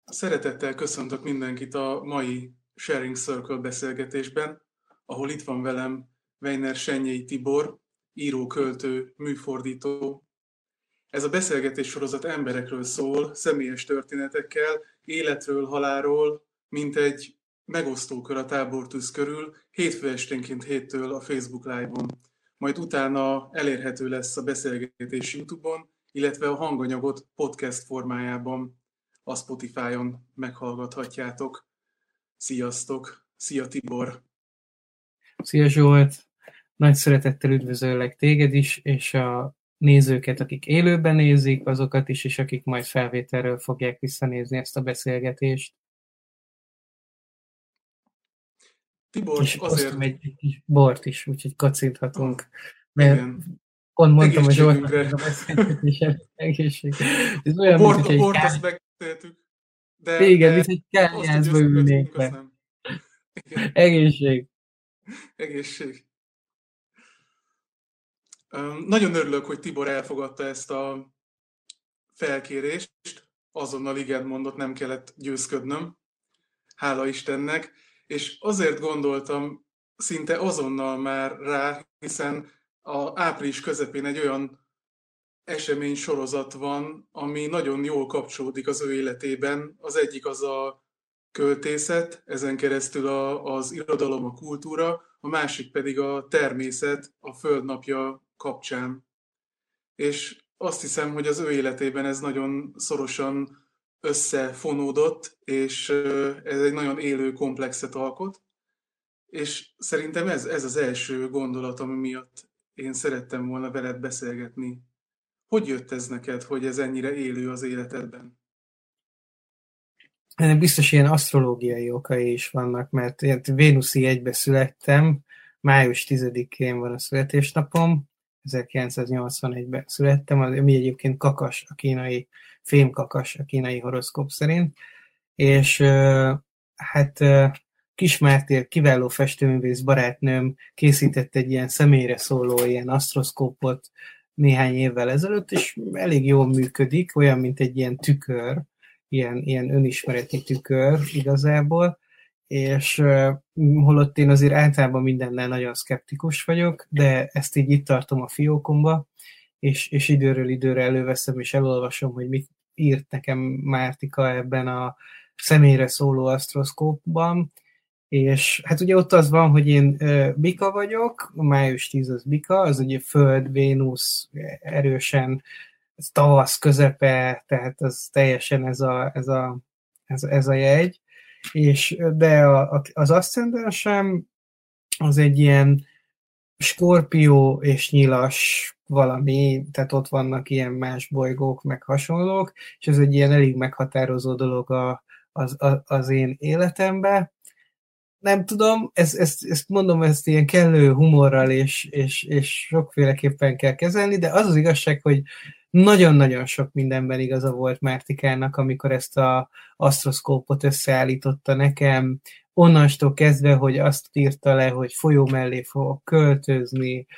Szeretettel köszöntök mindenkit a mai Sharing Circle beszélgetésben, ahol itt van velem Weiner Sennyei Tibor, író, költő, műfordító. Ez a beszélgetés sorozat emberekről szól, személyes történetekkel, életről, halálról, mint egy megosztó kör a tábortűz körül, hétfő esténként 7-től a Facebook Live-on. Majd utána elérhető lesz a beszélgetés YouTube-on, illetve a hanganyagot podcast formájában a Spotify-on meghallgathatjátok. Sziasztok! Szia Tibor! Szia Zsolt! Nagy szeretettel üdvözöllek téged is, és a nézőket, akik élőben nézik, azokat is, és akik majd felvételről fogják visszanézni ezt a beszélgetést. Tibor, és azért... egy kis bort is, úgyhogy kacinthatunk. Igen. Pont mondtam a Zsoltnak a beszélgetésen. Egészség. Ez olyan, a bort azt megtehetük. Igen, mint egy kávéházba ülnék be. Egészség. Egészség. Nagyon örülök, hogy Tibor elfogadta ezt a felkérést. Azonnal igen mondott, nem kellett győzködnöm. Hála Istennek. És azért gondoltam szinte azonnal már rá, hiszen az április közepén egy olyan esemény sorozat van, ami nagyon jól kapcsolódik az ő életében. Az egyik az a költészet, ezen keresztül az irodalom, a kultúra, a másik pedig a természet, a Földnapja kapcsán. És azt hiszem, hogy az ő életében ez nagyon szorosan összefonódott, és ez egy nagyon élő komplexet alkot. És szerintem ez az első gondolat, ami miatt én szerettem volna veled beszélgetni. Hogy jött ez neked, hogy ez ennyire élő az életedben? Ennek biztos ilyen asztrológiai okai is vannak, mert én vénuszi jegybe születtem, május 10-én van a születésnapom, 1981-ben születtem, ami egyébként kakas, a kínai, fémkakas a kínai horoszkóp szerint, és hát Kis Mártér, kiváló festőművész barátnőm készített egy ilyen személyre szóló ilyen asztroszkópot néhány évvel ezelőtt, és elég jól működik, olyan, mint egy ilyen tükör, ilyen önismereti tükör igazából, és holott én azért általában mindennel nagyon szkeptikus vagyok, de ezt így itt tartom a fiókomba, és időről időre előveszem, és elolvasom, hogy mit írt nekem Mártika ebben a személyre szóló asztroszkópban, és hát ugye ott az van, hogy én bika vagyok, május 10 az bika, az ugye Föld, Vénusz erősen, ez tavasz közepe, tehát az teljesen ez a jegy, de az aszcendensem az egy ilyen Skorpió és Nyilas valami, tehát ott vannak ilyen más bolygók, meg hasonlók, és ez egy ilyen elég meghatározó dolog az én életemben. Nem tudom, ezt mondom, ezt ilyen kellő humorral és sokféleképpen kell kezelni, de az igazság, hogy nagyon-nagyon sok mindenben igaza volt Mártikának, amikor ezt az asztroszkópot összeállította nekem, onnantól kezdve, hogy azt írta le, hogy folyó mellé fogok költözni,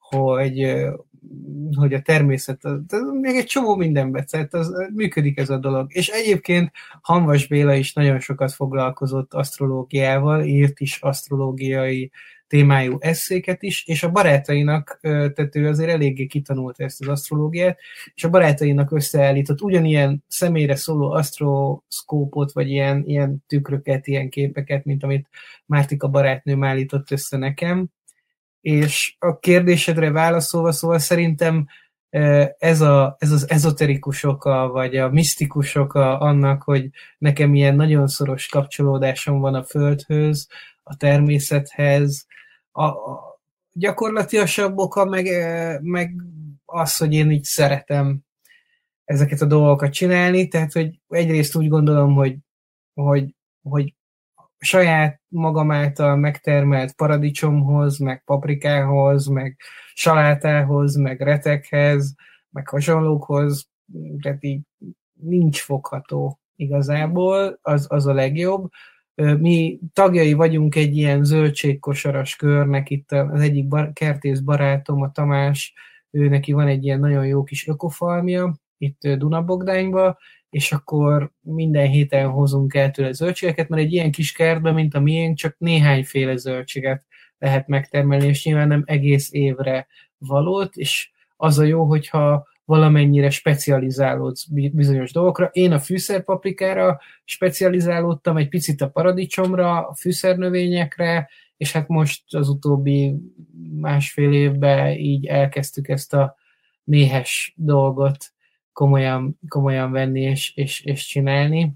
hogy a természet, még egy csomó mindenbe, tehát működik ez a dolog. És egyébként Hamvas Béla is nagyon sokat foglalkozott asztrológiával, írt is asztrológiai témájú esszéket is, és a barátainak, tehát ő azért eléggé kitanulta ezt az asztrológiát, és a barátainak összeállított ugyanilyen személyre szóló asztroszkópot, vagy ilyen tükröket, ilyen képeket, mint amit Mártika barátnőm állított össze nekem. És a kérdésedre válaszolva, szóval szerintem ez az ezoterikus oka, vagy a misztikus oka annak, hogy nekem ilyen nagyon szoros kapcsolódásom van a Földhöz, a természethez. A gyakorlatilasabb oka meg az, hogy én így szeretem ezeket a dolgokat csinálni, tehát hogy egyrészt úgy gondolom, hogy saját magam által megtermelt paradicsomhoz, meg paprikához, meg salátához, meg retekhez, meg hasonlókhoz, tehát így nincs fogható igazából, az a legjobb. Mi tagjai vagyunk egy ilyen zöldségkosaras körnek, itt az egyik kertész barátom, a Tamás, ő neki van egy ilyen nagyon jó kis ökofalmja, itt Dunabogdányban, és akkor minden héten hozunk el tőle zöldségeket, mert egy ilyen kis kertben, mint a miénk, csak néhányféle zöldséget lehet megtermelni, és nyilván nem egész évre valót, és az a jó, hogyha valamennyire specializálódsz bizonyos dolgokra. Én a fűszerpaprikára specializálódtam, egy picit a paradicsomra, a fűszernövényekre, és hát most az utóbbi másfél évben így elkezdtük ezt a méhes dolgot komolyan venni és csinálni.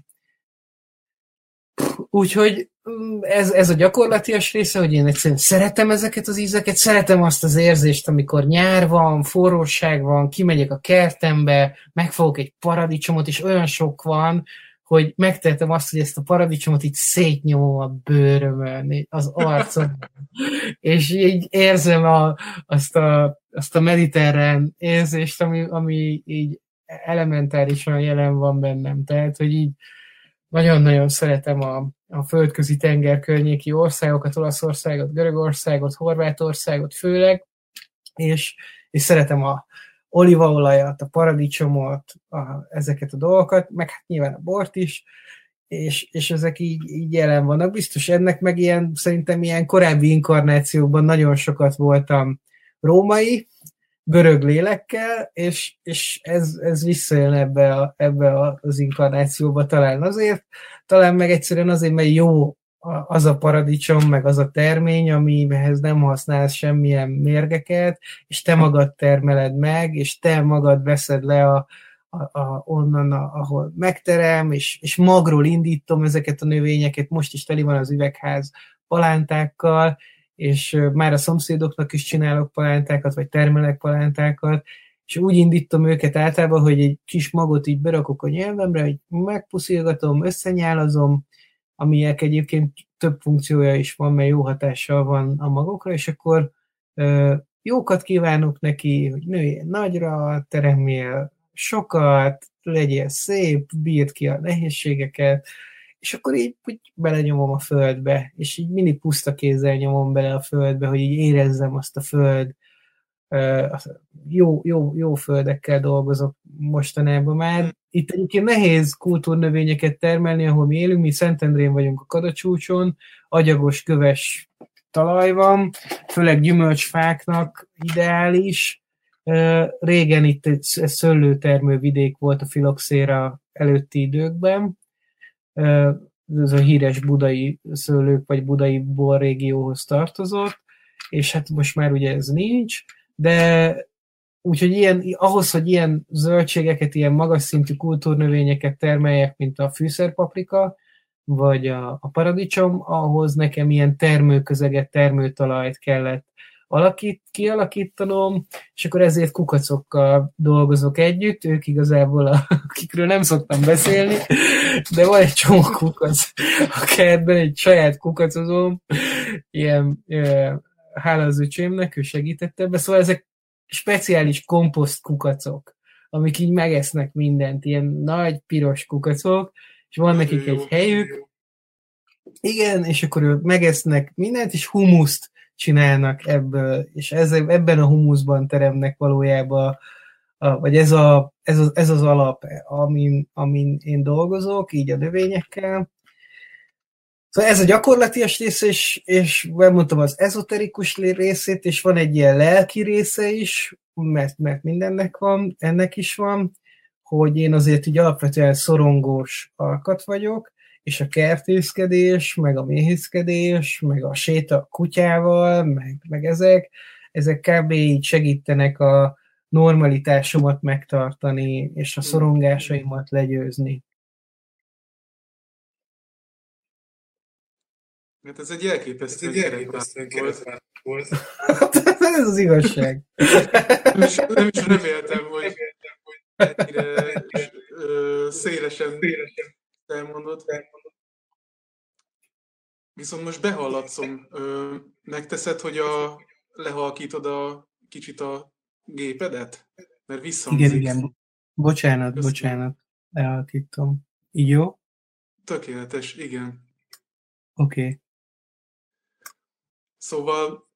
Úgyhogy ez a gyakorlatias része, hogy én egyszerűen szeretem ezeket az ízeket, szeretem azt az érzést, amikor nyár van, forróság van, kimegyek a kertembe, megfogok egy paradicsomot, és olyan sok van, hogy megtehetem azt, hogy ezt a paradicsomot így szétnyomom a bőrömön, az arcom, és így érzem azt a mediterrán érzést, ami így elementárisan jelen van bennem. Tehát, hogy így nagyon-nagyon szeretem a földközi tenger környéki országokat, Olaszországot, Görögországot, Horvátországot főleg, és szeretem a olívaolajat, a paradicsomot, ezeket a dolgokat, meg hát nyilván a bort is, és ezek így jelen vannak. Biztos ennek meg szerintem ilyen korábbi inkarnációkban nagyon sokat voltam római, görög lélekkel, és ez visszajön ebbe az inkarnációba talán azért, talán meg egyszerűen azért, mert jó az a paradicsom, meg az a termény, amihez nem használsz semmilyen mérgeket, és te magad termeled meg, és te magad veszed le onnan, ahol megterem, és magról indítom ezeket a növényeket, most is teli van az üvegház palántákkal, és már a szomszédoknak is csinálok palántákat, vagy termelek palántákat, és úgy indítom őket általában, hogy egy kis magot így berakok a nyelvemre, hogy megpuszilgatom, összenyálazom, aminek egyébként több funkciója is van, mert jó hatással van a magokra, és akkor jókat kívánok neki, hogy nőjél nagyra, teremjél sokat, legyél szép, bírd ki a nehézségeket, és akkor így belenyomom a földbe, és így mindig puszta kézzel nyomom bele a földbe, hogy így érezzem azt a föld, jó földekkel dolgozok mostanában már. Itt egyébként nehéz kultúrnövényeket termelni, ahol mi élünk, mi Szentendrén vagyunk a Kadacsúcson, agyagos, köves talaj van, főleg gyümölcsfáknak ideális. Régen itt egy szőlőtermő vidék volt a filoxéra előtti időkben, ez a híres budai szőlők vagy budai borrégióhoz tartozott, és hát most már ugye ez nincs, de úgyhogy ahhoz, hogy ilyen zöldségeket, ilyen magas szintű kultúrnövényeket termeljek, mint a fűszerpaprika, vagy a paradicsom, ahhoz nekem ilyen termőközeget, termőtalajt kellett kialakítanom, és akkor ezért kukacokkal dolgozok együtt, ők igazából, akikről nem szoktam beszélni, de van egy csomó kukac a kertben, egy saját kukacozóm, ilyen hála az öcsémnek, ő segített ebbe, szóval ezek speciális komposzt kukacok, amik így megesznek mindent, ilyen nagy piros kukacok, és van nekik egy helyük, igen, és akkor ők megesznek mindent, és humuszt csinálnak ebből, és ebben a humuszban teremnek valójában, vagy ez az alap, amin én dolgozok, így a növényekkel. Szóval ez a gyakorlatias része, és mondtam az ezoterikus részét, és van egy ilyen lelki része is, mert mindennek van, ennek is van, hogy én azért így alapvetően szorongós alkat vagyok, és a kertészkedés, meg a méhészkedés, meg a séta a kutyával, meg ezek kb. Így segítenek a normalitásomat megtartani, és a szorongásaimat legyőzni. Hát ez egy elképesztően keretvált volt. Ez az igazság. Nem is reméltem, hogy ennyire szélesen elmondod. Viszont most behallatszom. Megteszed, hogy lehalkítod kicsit a gépedet? Mert visszhangzik. Igen. Bocsánat. Lehalkítom. Így jó? Tökéletes, igen. Oké. Szóval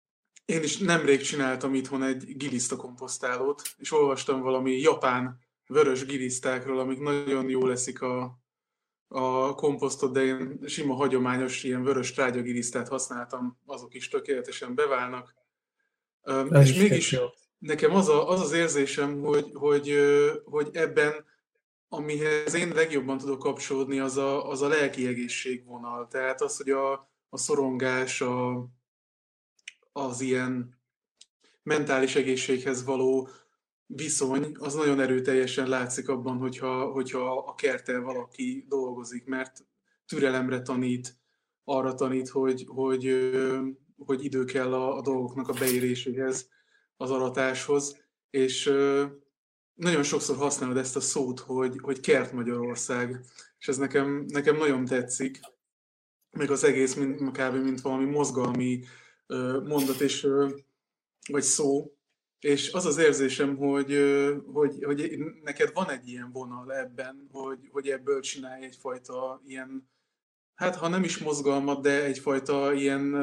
én is nemrég csináltam itthon egy gilisztakomposztálót, és olvastam valami japán vörös gilisztákról, amik nagyon jól eszik a komposztot, de én sima hagyományos ilyen vörös trágyagilisztát használtam, azok is tökéletesen beválnak. Az És is tök mégis jó. nekem az érzésem, hogy ebben, amihez én legjobban tudok kapcsolódni, az a lelki egészség vonal. Tehát az, hogy a szorongás, az ilyen mentális egészséghez való viszony, az nagyon erőteljesen látszik abban, hogyha a kerttel valaki dolgozik, mert türelemre tanít, arra tanít, hogy idő kell a dolgoknak a beéréséhez, az aratáshoz, és nagyon sokszor használod ezt a szót, hogy Kert Magyarország, és ez nekem nagyon tetszik, még az egész kb. Mint valami mozgalmi mondat és vagy szó, és az az érzésem, hogy neked van egy ilyen vonal ebben, hogy ebből csinálj egyfajta ilyen, hát ha nem is mozgalmat, de egyfajta ilyen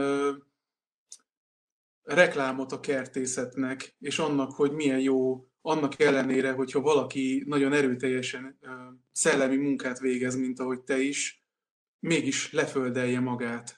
reklámot a kertészetnek, és annak, hogy milyen jó, annak ellenére, hogyha valaki nagyon erőteljesen szellemi munkát végez, mint ahogy te is, mégis leföldelje magát.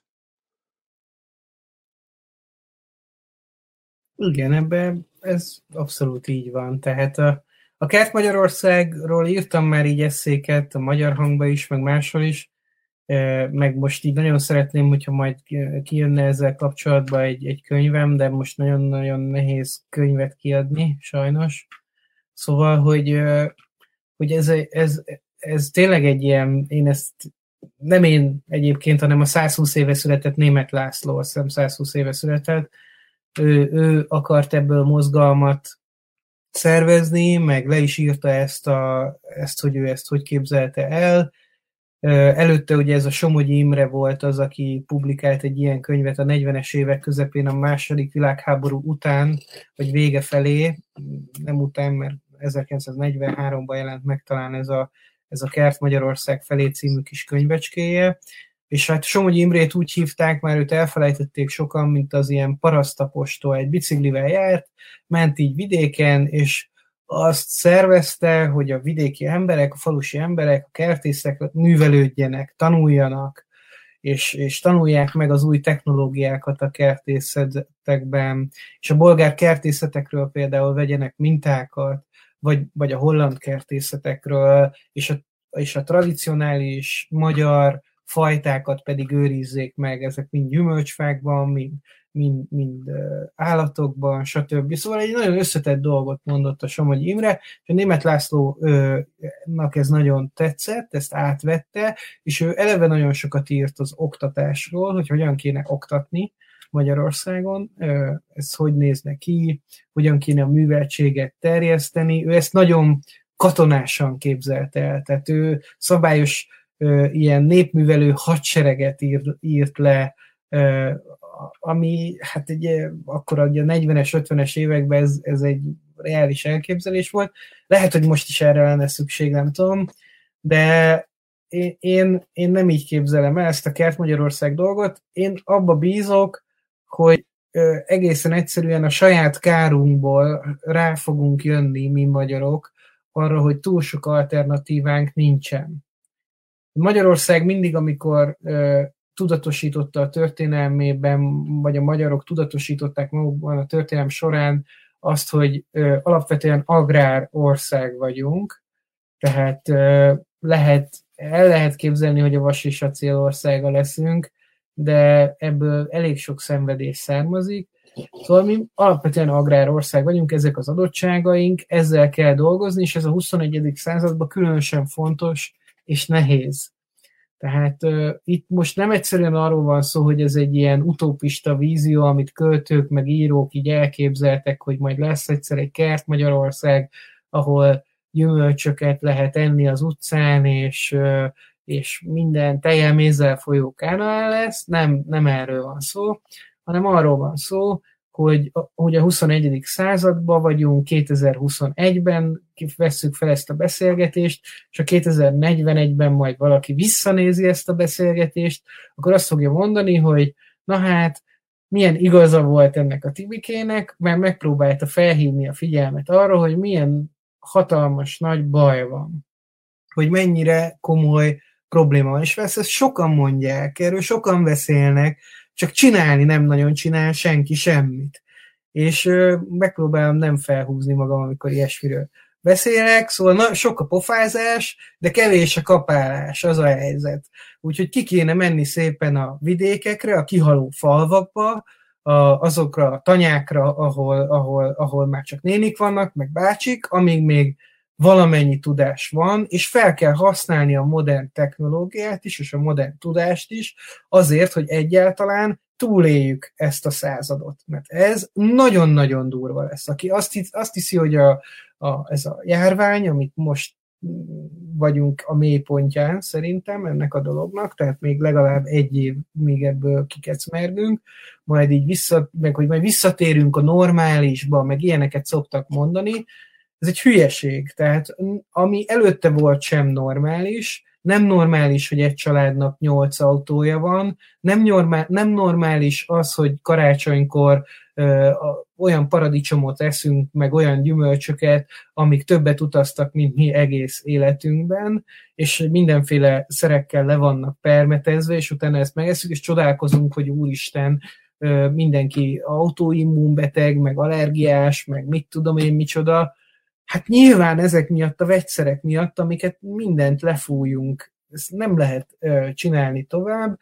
Igen, ebben ez abszolút így van. Tehát a Kert Magyarországról írtam már így esszéket, a Magyar Hangba is, meg máshol is, meg most így nagyon szeretném, hogyha majd kijönne ezzel kapcsolatban egy könyvem, de most nagyon-nagyon nehéz könyvet kiadni, sajnos. Szóval, hogy ez tényleg egy ilyen, én ezt nem én egyébként, hanem a 120 éve született Németh László, azt hiszem 120 éve született, ő akart ebből mozgalmat szervezni, meg le is írta ezt, hogy ő ezt hogy képzelte el. Előtte ugye ez a Somogyi Imre volt az, aki publikált egy ilyen könyvet a 40-es évek közepén, a második világháború után, vagy vége felé, nem után, mert 1943-ban jelent meg talán ez a Kert Magyarország felé című kis könyvecskéje, és hát Somogyi Imrét úgy hívták, már őt elfelejtették sokan, mint az ilyen parasztapostól, egy biciklivel járt, ment így vidéken, és azt szervezte, hogy a vidéki emberek, a falusi emberek, a kertészek művelődjenek, tanuljanak, és tanulják meg az új technológiákat a kertészetekben, és a bolgár kertészetekről például vegyenek mintákat, vagy a holland kertészetekről, és a tradicionális magyar fajtákat pedig őrizzék meg, ezek mind gyümölcsfákban, mind állatokban, stb. Szóval egy nagyon összetett dolgot mondott a Somogyi Imre, és a Németh Lászlónak ez nagyon tetszett, ezt átvette, és ő eleve nagyon sokat írt az oktatásról, hogy hogyan kéne oktatni Magyarországon, ez hogy nézne ki, hogyan kéne a műveltséget terjeszteni. Ő ezt nagyon katonásan képzelte el, tehát ő szabályos ilyen népművelő hadsereget írt le, ami hát akkor a 40-es, 50-es években ez egy reális elképzelés volt. Lehet, hogy most is erre lenne szükség, nem tudom, de én nem így képzelem el ezt a Kert Magyarország dolgot. Én abba bízok, hogy egészen egyszerűen a saját kárunkból rá fogunk jönni, mi magyarok, arra, hogy túl sok alternatívánk nincsen. Magyarország mindig, amikor tudatosította a történelmében, vagy a magyarok tudatosították magukban a történelem során azt, hogy alapvetően agrár ország vagyunk, tehát el lehet képzelni, hogy a vas és acél országa leszünk, de ebből elég sok szenvedés származik. Szóval mi alapvetően agrárország vagyunk, ezek az adottságaink, ezzel kell dolgozni, és ez a 21. században különösen fontos és nehéz. Tehát itt most nem egyszerűen arról van szó, hogy ez egy ilyen utópista vízió, amit költők meg írók így elképzeltek, hogy majd lesz egyszer egy Kert Magyarország, ahol gyümölcsöket lehet enni az utcán, és minden tejjel mézzel folyó Kánaán lesz. Nem erről van szó, hanem arról van szó, hogy a 21. században vagyunk, 2021-ben vesszük fel ezt a beszélgetést, és a 2041-ben majd valaki visszanézi ezt a beszélgetést, akkor azt fogja mondani, hogy na hát, milyen igaza volt ennek a Tibikének, mert megpróbálta felhívni a figyelmet arra, hogy milyen hatalmas nagy baj van, hogy mennyire komoly probléma van. És ezt sokan mondják, erről sokan beszélnek, csak csinálni nem nagyon csinál senki semmit. És megpróbálom nem felhúzni magam, amikor ilyesmiről beszélek, szóval sok a pofázás, de kevés a kapálás, az a helyzet. Úgyhogy ki kéne menni szépen vidékekre, a kihaló falvakba, azokra a tanyákra, ahol már csak nénik vannak, meg bácsik, amíg még valamennyi tudás van, és fel kell használni a modern technológiát is, és a modern tudást is, azért, hogy egyáltalán túléljük ezt a századot. Mert ez nagyon-nagyon durva lesz. Aki azt hiszi, hogy ez a járvány, amit most vagyunk a mélypontján szerintem ennek a dolognak, tehát még legalább egy év, míg ebből kikecmergünk, majd így hogy majd visszatérünk a normálisba, meg ilyeneket szoktak mondani, ez egy hülyeség. Tehát ami előtte volt sem normális, nem normális, hogy egy családnak 8 autója van, nem normális az, hogy karácsonykor olyan paradicsomot eszünk, meg olyan gyümölcsöket, amik többet utaztak, mint mi egész életünkben, és mindenféle szerekkel le vannak permetezve, és utána ezt megeszünk, és csodálkozunk, hogy úristen, mindenki autoimmunbeteg, meg allergiás, meg mit tudom én micsoda. Hát nyilván ezek miatt, a vegyszerek miatt, amiket mindent lefújunk, ezt nem lehet csinálni tovább,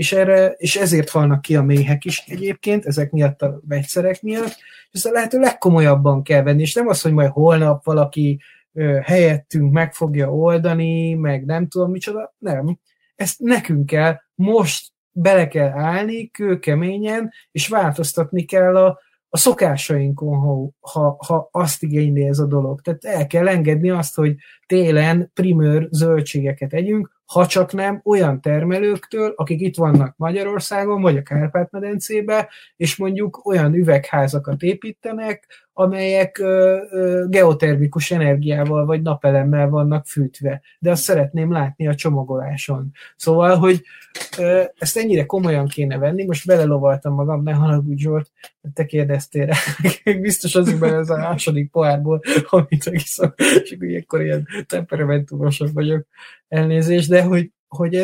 és ezért halnak ki a méhek is egyébként, ezek miatt a vegyszerek miatt, és ezt a lehető legkomolyabban kell venni, és nem az, hogy majd holnap valaki helyettünk meg fogja oldani, meg nem tudom micsoda, nem. Ezt nekünk kell, most bele állni kőkeményen, és változtatni kell a szokásainkon, ha azt igényli ez a dolog. Tehát el kell engedni azt, hogy télen primőr zöldségeket együnk, ha csak nem olyan termelőktől, akik itt vannak Magyarországon, vagy a Kárpát-medencébe, és mondjuk olyan üvegházakat építenek, amelyek geotermikus energiával vagy napelemmel vannak fűtve. De azt szeretném látni a csomagoláson. Szóval, hogy ezt ennyire komolyan kéne venni, most belelovaltam magam, ne haragudj Zsolt, te kérdeztél rá. Biztos azokban ez a második pohárból, amit megiszom, és akkor ilyenkor ilyen temperamentumosabb vagyok, elnézést, de hogy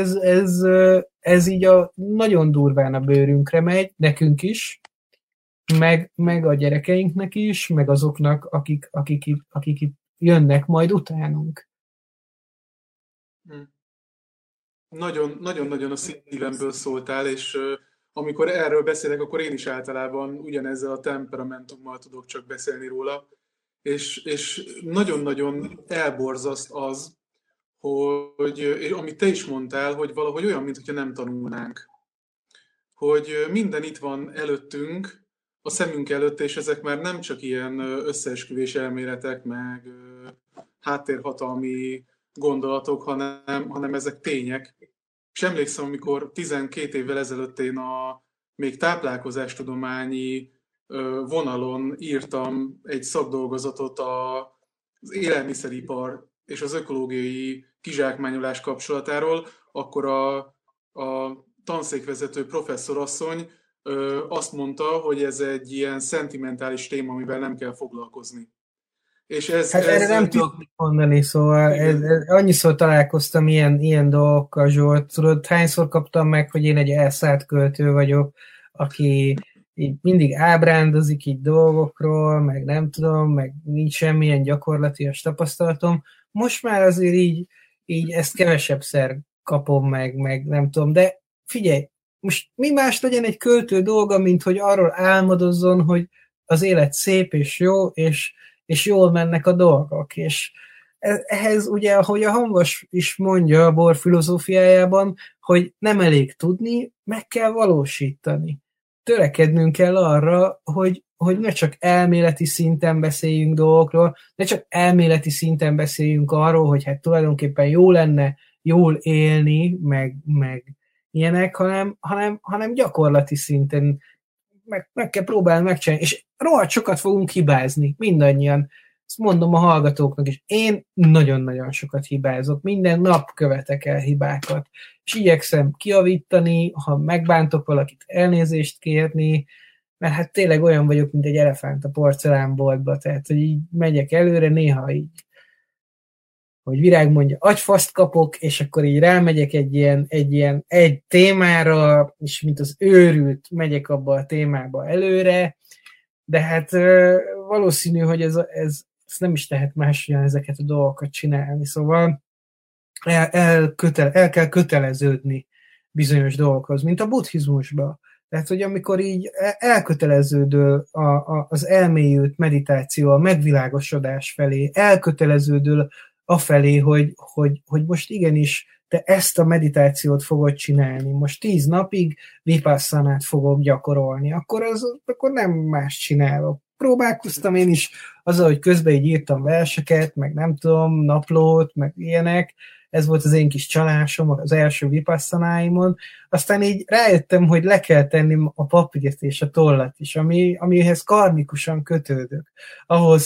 ez így nagyon durván a bőrünkre megy, nekünk is, meg a gyerekeinknek is, meg azoknak, akik itt jönnek majd utánunk. Nagyon-nagyon a szívemből szóltál, és amikor erről beszélek, akkor én is általában ugyanezzel a temperamentummal tudok csak beszélni róla, és nagyon-nagyon elborzaszt az, hogy, és amit te is mondtál, hogy valahogy olyan, mintha nem tanulnánk. Hogy minden itt van előttünk, a szemünk előtt, és ezek már nem csak ilyen összeesküvés elméletek, meg háttérhatalmi gondolatok, hanem ezek tények. És emlékszem, amikor 12 évvel ezelőtt én a még táplálkozástudományi vonalon írtam egy szakdolgozatot az élelmiszeripar és az ökológiai kizsákmányolás kapcsolatáról, akkor a tanszékvezető professzorasszony azt mondta, hogy ez egy ilyen szentimentális téma, amivel nem kell foglalkozni. És erre nem tudok mit mondani, szóval annyiszor találkoztam ilyen dolgokkal, Zsolt. Tudod, hányszor kaptam meg, hogy én egy elszállt költő vagyok, aki így mindig ábrándozik így dolgokról, meg nem tudom, meg nincs semmilyen gyakorlatias tapasztalatom. Most már azért így ezt kevesebbszer kapom meg nem tudom, de figyelj, most mi más legyen egy költő dolga, mint hogy arról álmodozzon, hogy az élet szép és jó, és jól mennek a dolgok. És ehhez ugye, ahogy a Hamvas is mondja a bor filozófiájában, hogy nem elég tudni, meg kell valósítani. Törekednünk kell arra, hogy ne csak elméleti szinten beszéljünk dolgokról, ne csak elméleti szinten beszéljünk arról, hogy hát tulajdonképpen jó lenne jól élni, meg ilyenek, hanem gyakorlati szinten meg kell próbálni megcsinálni, és rohadt sokat fogunk hibázni, mindannyian. Ezt mondom a hallgatóknak is. Én nagyon-nagyon sokat hibázok, minden nap követek el hibákat, és igyekszem kijavítani, ha megbántok valakit, elnézést kérni, mert hát tényleg olyan vagyok, mint egy elefánt a porcelánboltba, tehát hogy így megyek előre, néha így hogy Virág mondja, agyfaszt kapok, és akkor így rámegyek egy témára, és mint az őrült megyek abba a témába előre, de hát valószínű, hogy ez nem is lehet máshogyan ezeket a dolgokat csinálni, szóval el kell köteleződni bizonyos dolgokhoz, mint a buddhizmusban. Tehát, hogy amikor így elköteleződöl az elmélyült meditáció, a megvilágosodás felé, elköteleződöl afelé, hogy most igenis te ezt a meditációt fogod csinálni, most 10 napig vipasszanát fogok gyakorolni, akkor nem más csinálok. Próbálkoztam én is azzal, hogy közben így írtam verseket, meg nem tudom, naplót, meg ilyenek. Ez volt az én kis csalásom az első vipassanáimon. Aztán így rájöttem, hogy le kell tenni a papírt és a tollat is, amihez karmikusan kötődök. Ahhoz,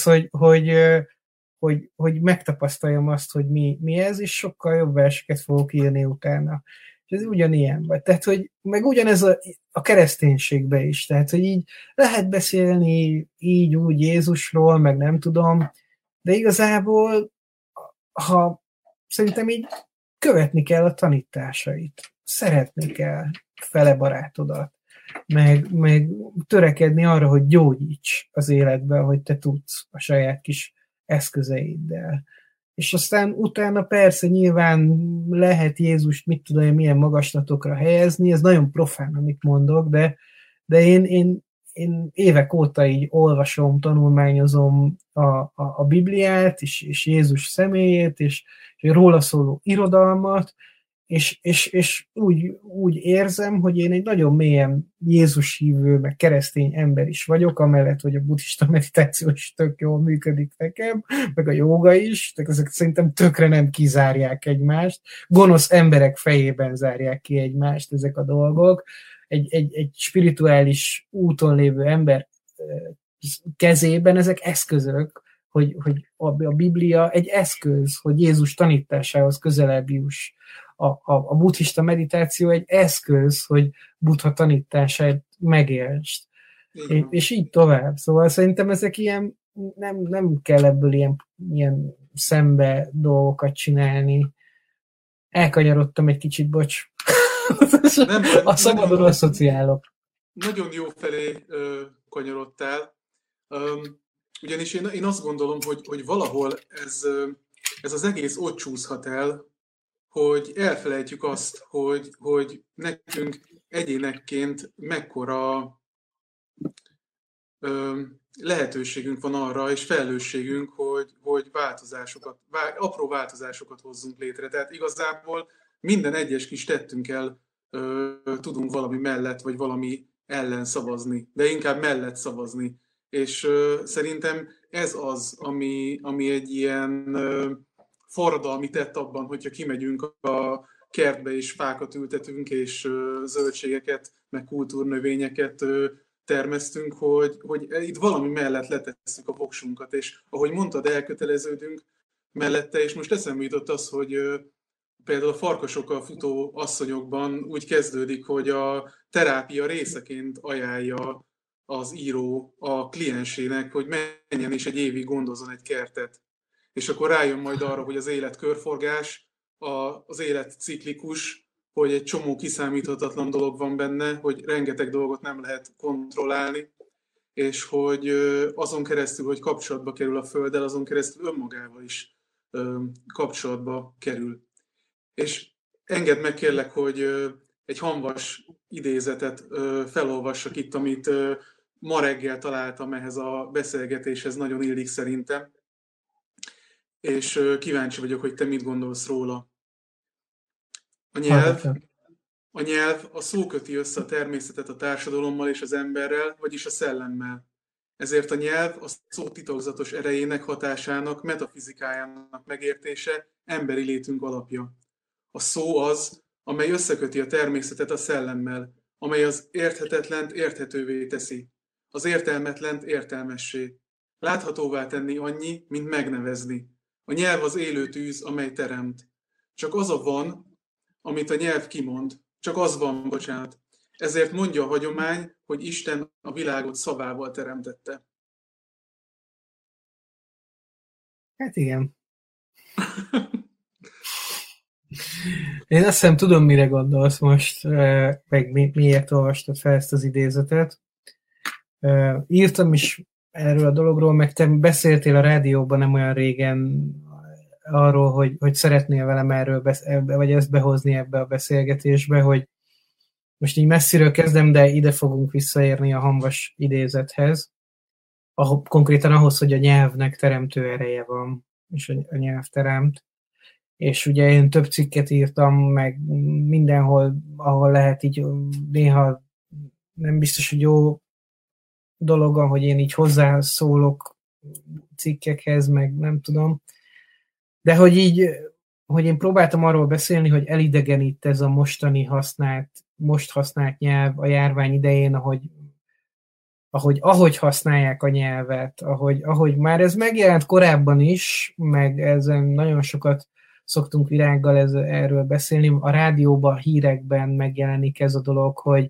hogy megtapasztaljam azt, hogy mi ez, és sokkal jobb verseket fogok írni utána. És ez ugyanilyen vagy. Tehát, hogy meg ugyanez a kereszténységben is. Tehát, hogy így lehet beszélni így úgy Jézusról, meg nem tudom, de igazából, ha szerintem így követni kell a tanításait. Szeretni kell fele barátodat. Meg törekedni arra, hogy gyógyíts az életben, hogy te tudsz a saját kis eszközeiddel. És aztán utána persze nyilván lehet Jézust mit tudom én milyen magaslatokra helyezni, ez nagyon profán, amit mondok, de én évek óta így olvasom, tanulmányozom a Bibliát, és Jézus személyét, és róla szóló irodalmat, és úgy érzem, hogy én egy nagyon mélyen Jézus hívő, meg keresztény ember is vagyok, amellett, hogy a buddhista meditáció is tök jól működik nekem, meg a jóga is, tehát ezek szerintem tökre nem kizárják egymást, gonosz emberek fejében zárják ki egymást ezek a dolgok. Egy spirituális úton lévő ember kezében ezek eszközök, hogy a Biblia egy eszköz, hogy Jézus tanításához közelebb juss. A buddhista meditáció egy eszköz, hogy Buddha tanítását megértsd. És így tovább. Szóval szerintem ezek ilyen, nem kell ebből ilyen szembe dolgokat csinálni. Elkanyarodtam egy kicsit, bocs. A szabadon asszociálok. Nagyon jó felé kanyarodtál. Ugyanis én azt gondolom, hogy valahol ez az egész ott csúszhat el, hogy elfelejtjük azt, hogy nekünk egyénekként mekkora lehetőségünk van arra, és felelősségünk, hogy apró változásokat hozzunk létre. Tehát igazából minden egyes kis tettünkkel tudunk valami mellett, vagy valami ellen szavazni, de inkább mellett szavazni. És szerintem ez az, ami egy ilyen forradalmi tett abban, hogyha kimegyünk a kertbe és fákat ültetünk, és zöldségeket, meg kultúrnövényeket termesztünk, hogy itt valami mellett letesszük a voksunkat, és ahogy mondtad, elköteleződünk mellette, és most eszembe jutott az, hogy például a farkasokkal futó asszonyokban úgy kezdődik, hogy a terápia részeként ajánlja az író a kliensének, hogy menjen és egy évig gondozzon egy kertet. És akkor rájön majd arra, hogy az élet körforgás, az élet ciklikus, hogy egy csomó kiszámíthatatlan dolog van benne, hogy rengeteg dolgot nem lehet kontrollálni, és hogy azon keresztül, hogy kapcsolatba kerül a Földdel, azon keresztül önmagával is kapcsolatba kerül. És engedd meg kérlek, hogy egy hamvas idézetet felolvassak itt, amit ma reggel találtam ehhez a beszélgetéshez, nagyon illik szerintem, és kíváncsi vagyok, hogy te mit gondolsz róla. A nyelv a szó köti össze a természetet a társadalommal és az emberrel, vagyis a szellemmel. Ezért a nyelv a szó titokzatos erejének, hatásának, metafizikájának megértése emberi létünk alapja. A szó az, amely összeköti a természetet a szellemmel, amely az érthetetlent érthetővé teszi, az értelmetlent értelmessé. Láthatóvá tenni annyi, mint megnevezni. A nyelv az élő tűz, amely teremt. Csak az a van, amit a nyelv kimond. Csak az van, bocsánat. Ezért mondja a hagyomány, hogy Isten a világot szavával teremtette. Hát igen. Én azt hiszem tudom, mire gondolsz most, meg miért olvastad fel ezt az idézetet. Írtam is erről a dologról, meg te beszéltél a rádióban nem olyan régen arról, hogy szeretnél velem erről vagy ezt behozni ebbe a beszélgetésbe, hogy most így messziről kezdem, de ide fogunk visszaérni a Hamvas idézethez, konkrétan ahhoz, hogy a nyelvnek teremtő ereje van, és a nyelv teremt. És ugye én több cikket írtam, meg mindenhol, ahol lehet így néha nem biztos, hogy jó dolog, hogy én így hozzászólok cikkekhez, meg nem tudom. De hogy így, hogy én próbáltam arról beszélni, hogy elidegenít ez a most használt nyelv a járvány idején, ahogy használják a nyelvet, ahogy már ez megjelent korábban is, meg ezen nagyon sokat szoktunk Virággal erről beszélni, a rádióban, a hírekben megjelenik ez a dolog, hogy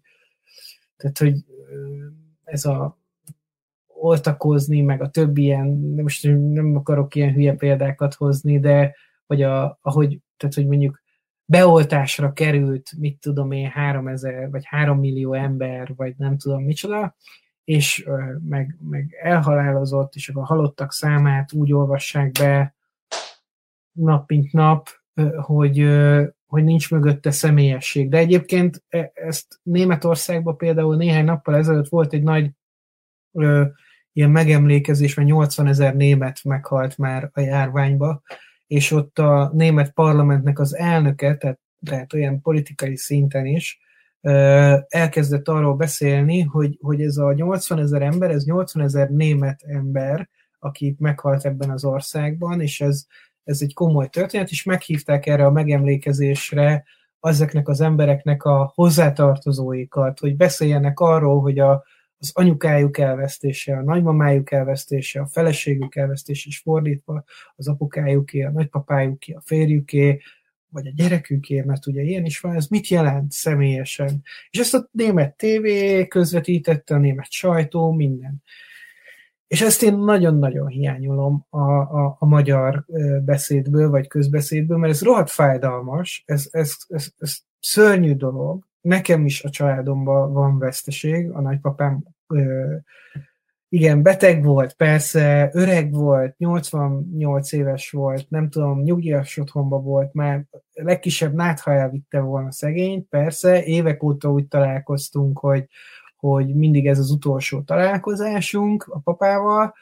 ez a oltakozni, meg a többi ilyen, most nem akarok ilyen hülye példákat hozni, de hogy mondjuk beoltásra került, mit tudom én, 3000 vagy 3 millió ember, vagy nem tudom micsoda, és meg elhalálozott, és a halottak számát úgy olvassák be nap mint nap, hogy nincs mögötte személyesség. De egyébként ezt Németországban például néhány nappal ezelőtt volt egy nagy ilyen megemlékezés, mert 80 000 német meghalt már a járványba, és ott a német parlamentnek az elnöke, tehát olyan politikai szinten is, elkezdett arról beszélni, hogy ez a 80 000 ember, ez 80 000 német ember, aki meghalt ebben az országban, és ez egy komoly történet, és meghívták erre a megemlékezésre ezeknek az embereknek a hozzátartozóikat, hogy beszéljenek arról, hogy az anyukájuk elvesztése, a nagymamájuk elvesztése, a feleségük elvesztése, és fordítva az apukájuké, a nagypapájuké, a férjüké, vagy a gyereküké, mert ugye ilyen is van, ez mit jelent személyesen. És ezt a német tévé közvetítette, a német sajtó, minden. És ezt én nagyon-nagyon hiányolom a magyar beszédből, vagy közbeszédből, mert ez rohadt fájdalmas, ez szörnyű dolog. Nekem is a családomban van veszteség, a nagypapám igen, beteg volt, persze, öreg volt, 88 éves volt, nem tudom, nyugdíjas otthonban volt, már legkisebb nátha elvitte volna szegényt, persze, évek óta úgy találkoztunk, hogy mindig ez az utolsó találkozásunk a papával,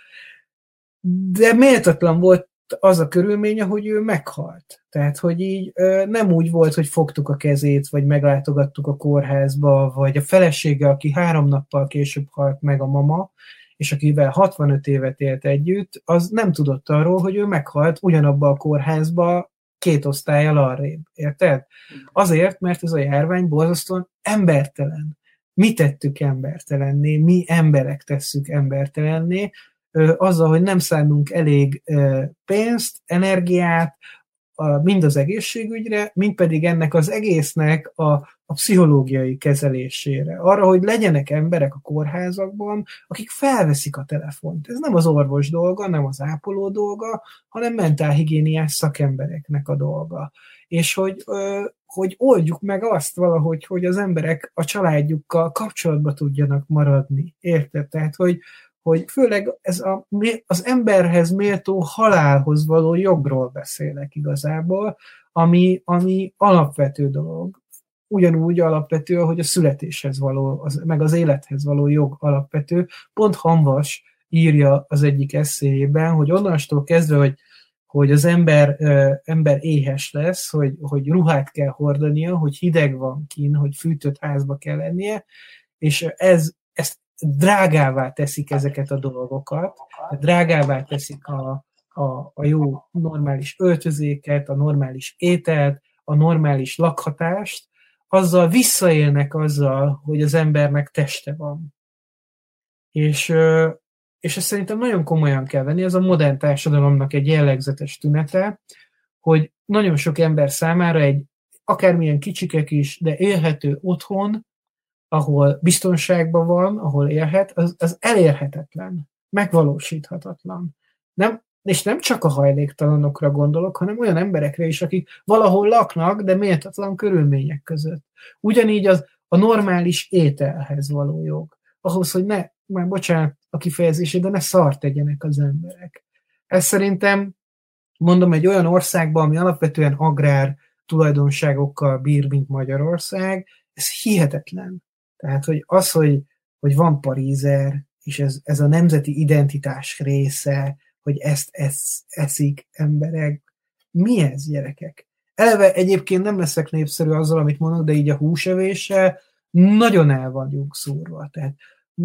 de méltatlan volt az a körülménye, hogy ő meghalt. Tehát, hogy így nem úgy volt, hogy fogtuk a kezét, vagy meglátogattuk a kórházba, vagy a felesége, aki 3 nappal később halt meg, a mama, és akivel 65 évet élt együtt, az nem tudott arról, hogy ő meghalt ugyanabba a kórházba 2 osztállyal arrébb. Érted? Azért, mert ez a járvány borzasztóan embertelen. Mi tettük embertelenné, mi emberek tesszük embertelenné, azzal, hogy nem szánunk elég pénzt, energiát, mind az egészségügyre, mind pedig ennek az egésznek a pszichológiai kezelésére. Arra, hogy legyenek emberek a kórházakban, akik felveszik a telefont. Ez nem az orvos dolga, nem az ápoló dolga, hanem mentálhigiéniás szakembereknek a dolga. És hogy oldjuk meg azt valahogy, hogy az emberek a családjukkal kapcsolatba tudjanak maradni. Érted? Tehát, hogy főleg az emberhez méltó halálhoz való jogról beszélek igazából, ami alapvető dolog. Ugyanúgy alapvető, hogy a születéshez való, meg az élethez való jog alapvető. Pont Hamvas írja az egyik eszéjében, hogy onnantól kezdve, hogy az ember éhes lesz, hogy ruhát kell hordania, hogy hideg van kín, hogy fűtött házba kell lennie, és ezt drágává teszik ezeket a dolgokat, drágává teszik a jó normális öltözéket, a normális ételt, a normális lakhatást, azzal visszaélnek azzal, hogy az embernek teste van. És ezt szerintem nagyon komolyan kell venni, ez a modern társadalomnak egy jellegzetes tünete, hogy nagyon sok ember számára egy akármilyen kicsikek is, de élhető otthon, ahol biztonságban van, ahol élhet, az elérhetetlen, megvalósíthatatlan. és nem csak a hajléktalanokra gondolok, hanem olyan emberekre is, akik valahol laknak, de méltatlan körülmények között. Ugyanígy a normális ételhez való jog. Ahhoz, hogy már bocsánat a kifejezésé, de ne szart tegyenek az emberek. Ez szerintem, mondom, egy olyan országban, ami alapvetően agrár tulajdonságokkal bír, mint Magyarország, ez hihetetlen. Tehát, hogy van parízer, és ez a nemzeti identitás része, hogy ezt eszik emberek. Mi ez, gyerekek? Eleve egyébként nem leszek népszerű azzal, amit mondok, de így a húsevéssel nagyon el vagyunk szúrva. Tehát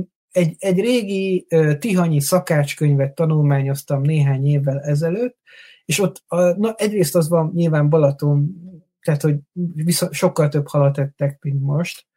egy régi tihanyi szakácskönyvet tanulmányoztam néhány évvel ezelőtt, és ott egyrészt az van nyilván Balaton, tehát hogy sokkal több halat ettek, mint most.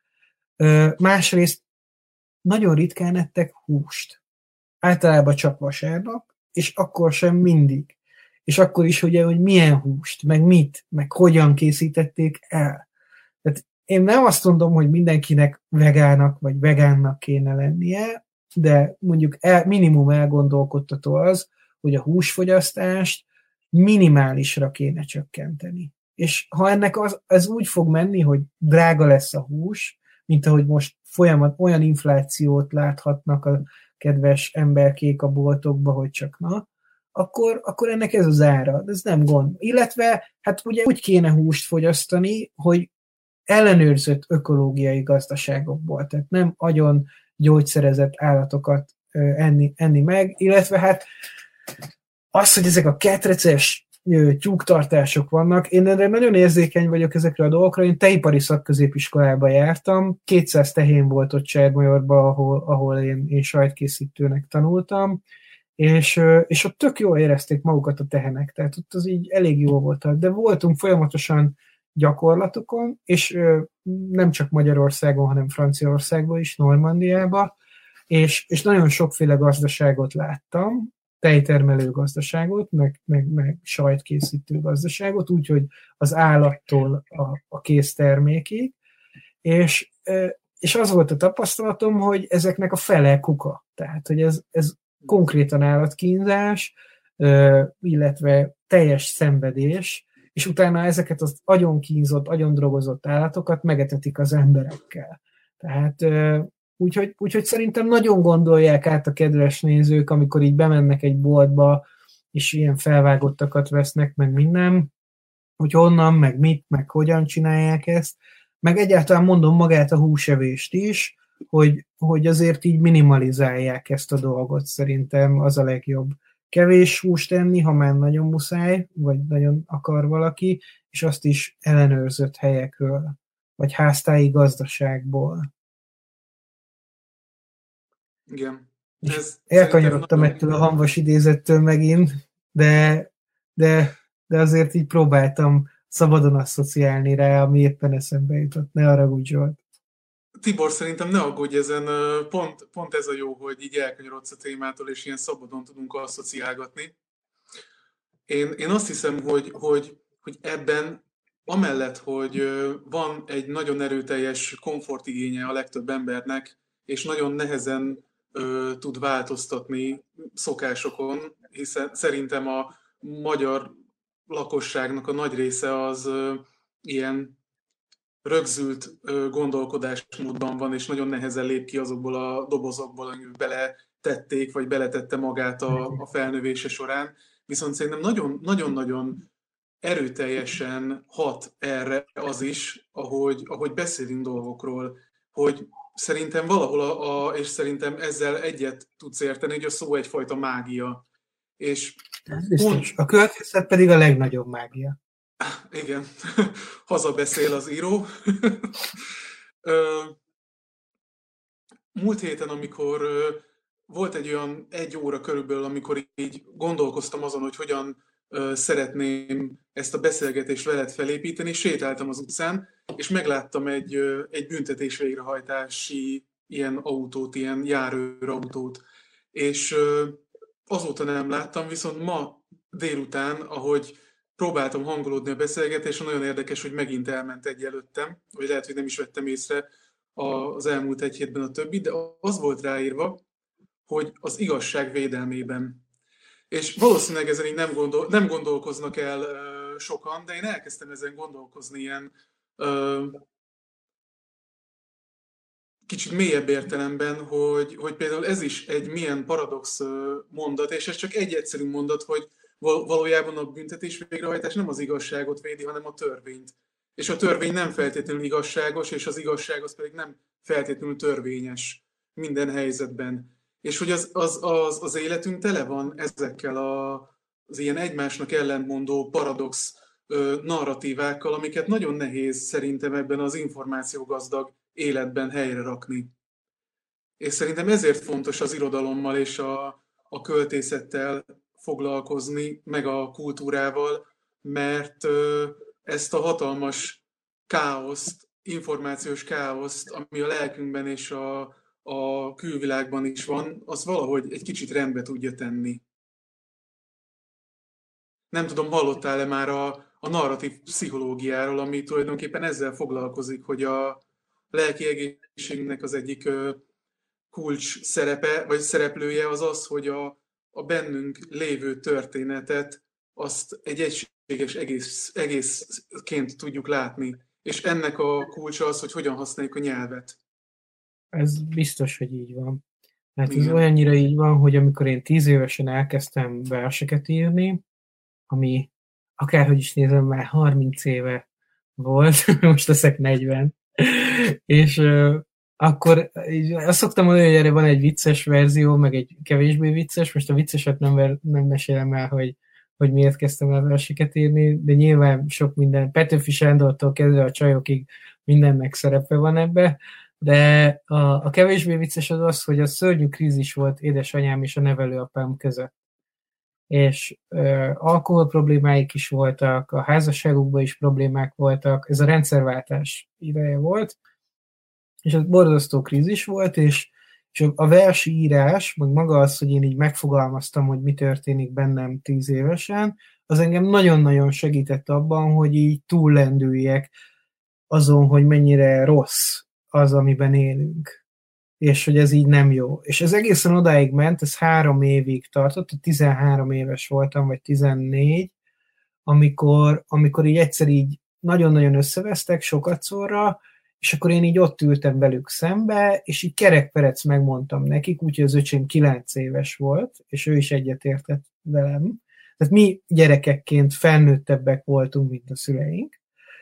Másrészt nagyon ritkán ettek húst. Általában csak vasárnap, és akkor sem mindig. És akkor is ugye, hogy milyen húst, meg mit, meg hogyan készítették el. Tehát én nem azt mondom, hogy mindenkinek vegának vagy vegánnak kéne lennie, de mondjuk minimum elgondolkodtató az, hogy a húsfogyasztást minimálisra kéne csökkenteni. És ha ennek ez úgy fog menni, hogy drága lesz a hús, mint ahogy most olyan inflációt láthatnak a kedves emberkék a boltokba, hogy csak akkor ennek ez az ára, de ez nem gond. Illetve hát ugye úgy kéne húst fogyasztani, hogy ellenőrzött ökológiai gazdaságokból, tehát nem agyon gyógyszerezett állatokat enni meg, illetve hát az, hogy ezek a ketreces tyúktartások vannak, én erre nagyon érzékeny vagyok ezekre a dolgokra, én tejipari szakközépiskolába jártam, 200 tehén volt ott Csermajorban, ahol én sajtkészítőnek tanultam, és ott tök jól érezték magukat a tehenek, tehát ott az így elég jó volt, de voltunk folyamatosan gyakorlatokon, és nem csak Magyarországon, hanem Franciaországban is, Normandiában, és nagyon sokféle gazdaságot láttam, tejtermelő gazdaságot, meg sajtkészítő gazdaságot, úgyhogy az állattól a késztermékig, és az volt a tapasztalatom, hogy ezeknek a fele kuka. Tehát, hogy ez konkrétan állatkínzás, illetve teljes szenvedés, és utána ezeket az agyonkínzott, agyondrogozott állatokat megetetik az emberekkel. Tehát úgyhogy szerintem nagyon gondolják át a kedves nézők, amikor így bemennek egy boltba, és ilyen felvágottakat vesznek, meg minden, hogy honnan, meg mit, meg hogyan csinálják ezt, meg egyáltalán mondom magát a húsevést is, hogy azért így minimalizálják ezt a dolgot, szerintem az a legjobb. Kevés húst enni, ha már nagyon muszáj, vagy nagyon akar valaki, és azt is ellenőrzött helyekről, vagy háztáji gazdaságból. Igen. Elkanyarodtam ettől a hamvas idézettől megint, de azért így próbáltam szabadon asszociálni rá, ami éppen eszembe jutott. Ne haragudj, Zsolt. Tibor, szerintem ne aggódj ezen, pont ez a jó, hogy így elkanyarodsz a témától, és ilyen szabadon tudunk asszociálgatni. Én azt hiszem, hogy ebben, amellett, hogy van egy nagyon erőteljes komfortigénye a legtöbb embernek, és nagyon nehezen tud változtatni szokásokon, hiszen szerintem a magyar lakosságnak a nagy része az ilyen rögzült gondolkodásmódban van, és nagyon nehezen lép ki azokból a dobozokból, amik beletették, vagy beletette magát a felnövése során. Viszont szerintem nagyon-nagyon erőteljesen hat erre az is, ahogy beszélünk dolgokról, hogy szerintem valahol, és szerintem ezzel egyet tudsz érteni, hogy a szó egyfajta mágia. És biztos. A költészet pedig a legnagyobb mágia. Igen, hazabeszél az író. Múlt héten, amikor volt egy olyan 1 óra körülbelül, amikor így gondolkoztam azon, hogy hogyan szeretném ezt a beszélgetést veled felépíteni, sétáltam az utcán, és megláttam egy büntetés végrehajtási ilyen autót, ilyen járőrautót. És azóta nem láttam, viszont ma délután, ahogy próbáltam hangolódni a beszélgetésre, nagyon érdekes, hogy megint elment egy előttem, vagy lehet, hogy nem is vettem észre az elmúlt 1 hétben a többi, de az volt ráírva, hogy az igazság védelmében. És valószínűleg ezen így nem gondolkoznak el sokan, de én elkezdtem ezen gondolkozni ilyen kicsit mélyebb értelemben, hogy például ez is egy milyen paradox mondat, és ez csak egy egyszerű mondat, hogy valójában a büntetés végrehajtás nem az igazságot védi, hanem a törvényt. És a törvény nem feltétlenül igazságos, és az igazság az pedig nem feltétlenül törvényes minden helyzetben. És hogy az életünk tele van ezekkel az ilyen egymásnak ellentmondó paradox narratívákkal, amiket nagyon nehéz szerintem ebben az információgazdag életben helyre rakni. És szerintem ezért fontos az irodalommal és a költészettel foglalkozni, meg a kultúrával, mert ezt a hatalmas káoszt, információs káoszt, ami a lelkünkben és a külvilágban is van, az valahogy egy kicsit rendbe tudja tenni. Nem tudom, hallottál-e már a narratív pszichológiáról, ami tulajdonképpen ezzel foglalkozik, hogy a lelki egészségünknek az egyik kulcs szerepe, vagy szereplője az az, hogy a bennünk lévő történetet azt egy egységes egészként tudjuk látni. És ennek a kulcsa az, hogy hogyan használjuk a nyelvet. Ez biztos, hogy így van. Hát ez olyannyira így van, hogy amikor én 10 évesen elkezdtem verseket írni, ami akárhogy is nézem, már 30 éve volt, most leszek 40, és akkor azt szoktam mondani, hogy erre van egy vicces verzió, meg egy kevésbé vicces, most a vicceset nem mesélem el, hogy miért kezdtem el verseket írni, de nyilván sok minden, Petőfi Sándortól kezdve a csajokig mindennek szerepe van ebbe, de a kevésbé vicces az, hogy a szörnyű krízis volt édesanyám és a nevelőapám között. És alkohol problémáik is voltak, a házasságukban is problémák voltak, ez a rendszerváltás ideje volt, és ez borzasztó krízis volt, és a versírás, meg maga az, hogy én így megfogalmaztam, hogy mi történik bennem 10 évesen, az engem nagyon-nagyon segített abban, hogy így túllendüljek azon, hogy mennyire rossz az, amiben élünk. És hogy ez így nem jó. És ez egészen odáig ment, ez 3 évig tartott, 13 éves voltam, vagy 14, amikor így egyszer így nagyon-nagyon összevesztek sokatszorra, és akkor én így ott ültem velük szembe, és így kerekperec megmondtam nekik, úgyhogy az öcsém 9 éves volt, és ő is egyetértett velem. Tehát mi gyerekekként felnőttebbek voltunk, mint a szüleink.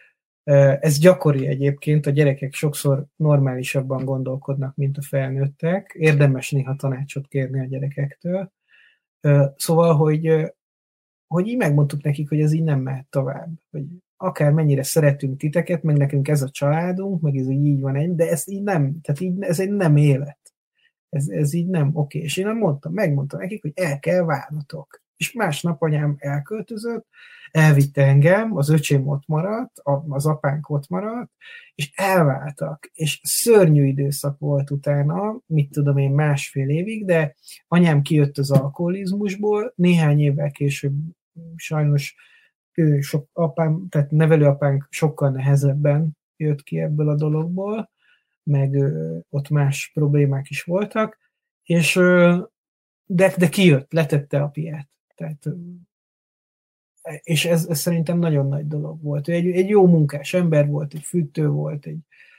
Ez gyakori egyébként, a gyerekek sokszor normálisabban gondolkodnak, mint a felnőttek. Érdemes néha tanácsot kérni a gyerekektől. Szóval, hogy így megmondtuk nekik, hogy ez így nem mehet tovább. Hogy akár mennyire szeretünk titeket, meg nekünk ez a családunk, meg ez így van, de ez így nem, tehát így, ez egy nem élet. Ez így nem oké. És én megmondtam nekik, hogy el kell várnotok. És másnap anyám elköltözött, elvitte engem, az öcsém ott maradt, az apánk ott maradt, és elváltak. És szörnyű időszak volt utána, mit tudom én, 1,5 évig, de anyám kijött az alkoholizmusból, néhány évvel később sajnos tehát nevelőapánk sokkal nehezebben jött ki ebből a dologból, meg ott más problémák is voltak, és de kijött, letette a piát. Tehát, és ez szerintem nagyon nagy dolog volt. Ő egy jó munkás ember volt, egy fűtő volt,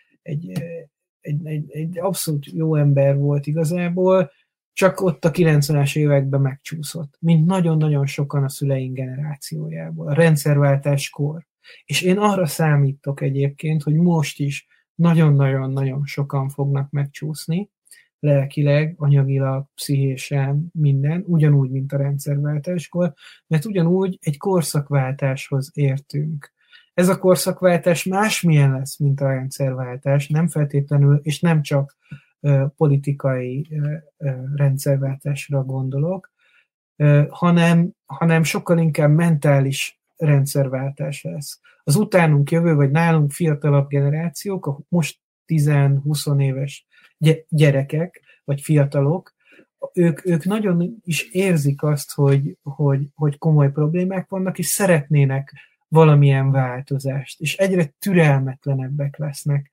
egy abszolút jó ember volt igazából, csak ott a 90-es években megcsúszott, mint nagyon-nagyon sokan a szüleink generációjából, a rendszerváltáskor. És én arra számítok egyébként, hogy most is nagyon-nagyon-nagyon sokan fognak megcsúszni, lelkileg, anyagilag, pszichésen, minden, ugyanúgy, mint a rendszerváltáskor, mert ugyanúgy egy korszakváltáshoz értünk. Ez a korszakváltás másmilyen lesz, mint a rendszerváltás, nem feltétlenül, és nem csak politikai rendszerváltásra gondolok, hanem sokkal inkább mentális rendszerváltás lesz. Az utánunk jövő, vagy nálunk fiatalabb generációk, a most 10-20 éves gyerekek, vagy fiatalok, ők nagyon is érzik azt, hogy komoly problémák vannak, és szeretnének valamilyen változást, és egyre türelmetlenebbek lesznek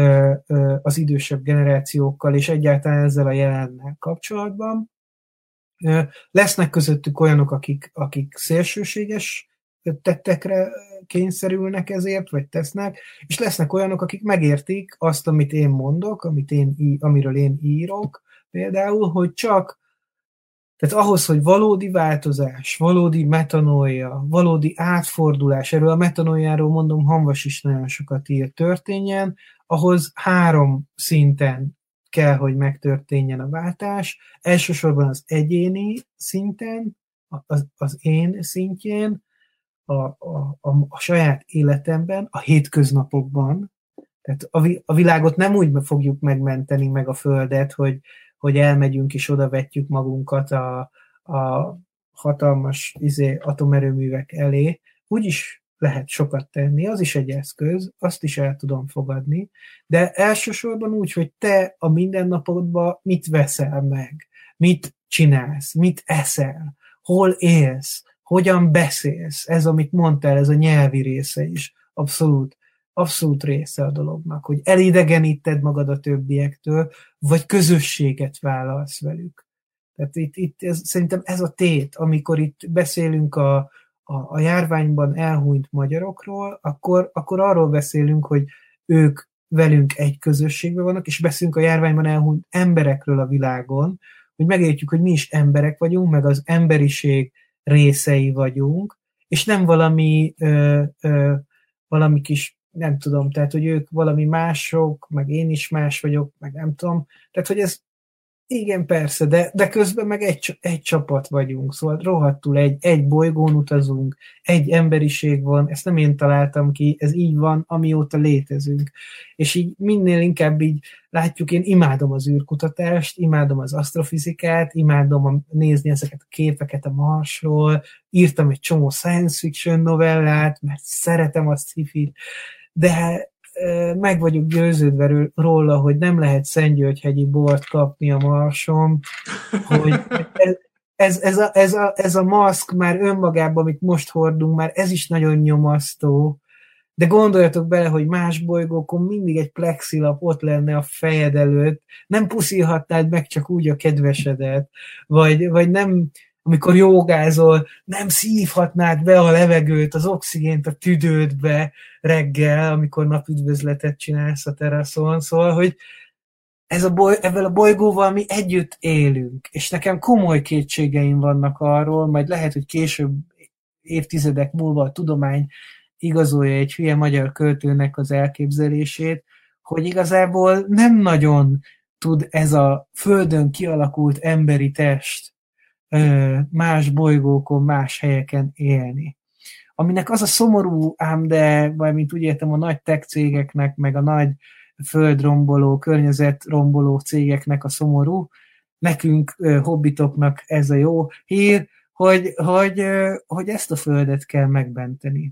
az idősebb generációkkal, és egyáltalán ezzel a jelennel kapcsolatban. Lesznek közöttük olyanok, akik szélsőséges tettekre kényszerülnek ezért, vagy tesznek, és lesznek olyanok, akik megértik azt, amit én mondok, amiről én írok, például, hogy csak tehát ahhoz, hogy valódi változás, valódi metanoia, valódi átfordulás, erről a metanoiáról mondom, Hamvas is nagyon sokat ír, történjen, ahhoz 3 szinten kell, hogy megtörténjen a váltás. Elsősorban az egyéni szinten, az én szintjén, a saját életemben, a hétköznapokban. Tehát a világot nem úgy fogjuk megmenteni, meg a Földet, hogy elmegyünk és odavetjük magunkat a hatalmas atomerőművek elé. Úgy is lehet sokat tenni, az is egy eszköz, azt is el tudom fogadni, de elsősorban úgy, hogy te a mindennapodban mit veszel meg, mit csinálsz, mit eszel, hol élsz, hogyan beszélsz, ez, amit mondtál, ez a nyelvi része is abszolút része a dolognak, hogy elidegeníted magad a többiektől, vagy közösséget vállalsz velük. Tehát szerintem ez a tét, amikor itt beszélünk a járványban elhunyt magyarokról, akkor arról beszélünk, hogy ők velünk egy közösségben vannak, és beszélünk a járványban elhunyt emberekről a világon, hogy megértjük, hogy mi is emberek vagyunk, meg az emberiség részei vagyunk, és nem valami kis, nem tudom, tehát, hogy ők valami mások, meg én is más vagyok, meg nem tudom. Tehát, hogy ez igen, persze, de közben meg egy csapat vagyunk, szóval rohadtul egy bolygón utazunk, egy emberiség van, ezt nem én találtam ki, ez így van, amióta létezünk. És így minél inkább így látjuk, én imádom az űrkutatást, imádom az asztrofizikát, imádom nézni ezeket a képeket a Marsról, írtam egy csomó science fiction novellát, mert szeretem a sci-fit, de meg vagyok győződve róla, hogy nem lehet Szentgyörgyhegyi bort kapni a Marson, hogy ez a maszk már önmagában, amit most hordunk, már ez is nagyon nyomasztó, de gondoljatok bele, hogy más bolygókon mindig egy plexilap ott lenne a fejed előtt, nem puszilhatnád meg csak úgy a kedvesedet, vagy nem, amikor jogázol, nem szívhatnád be a levegőt, az oxigént a tüdődbe reggel, amikor napüdvözletet csinálsz a teraszon. Szóval, hogy ezzel a bolygóval mi együtt élünk, és nekem komoly kétségeim vannak arról, majd lehet, hogy később évtizedek múlva a tudomány igazolja egy hülye magyar költőnek az elképzelését, hogy igazából nem nagyon tud ez a Földön kialakult emberi test más bolygókon, más helyeken élni. Aminek az a szomorú, ám de, mint úgy értem, a nagy tech cégeknek, meg a nagy földromboló, környezetromboló cégeknek a szomorú, nekünk, hobbitoknak ez a jó hír, hogy ezt a Földet kell megmenteni.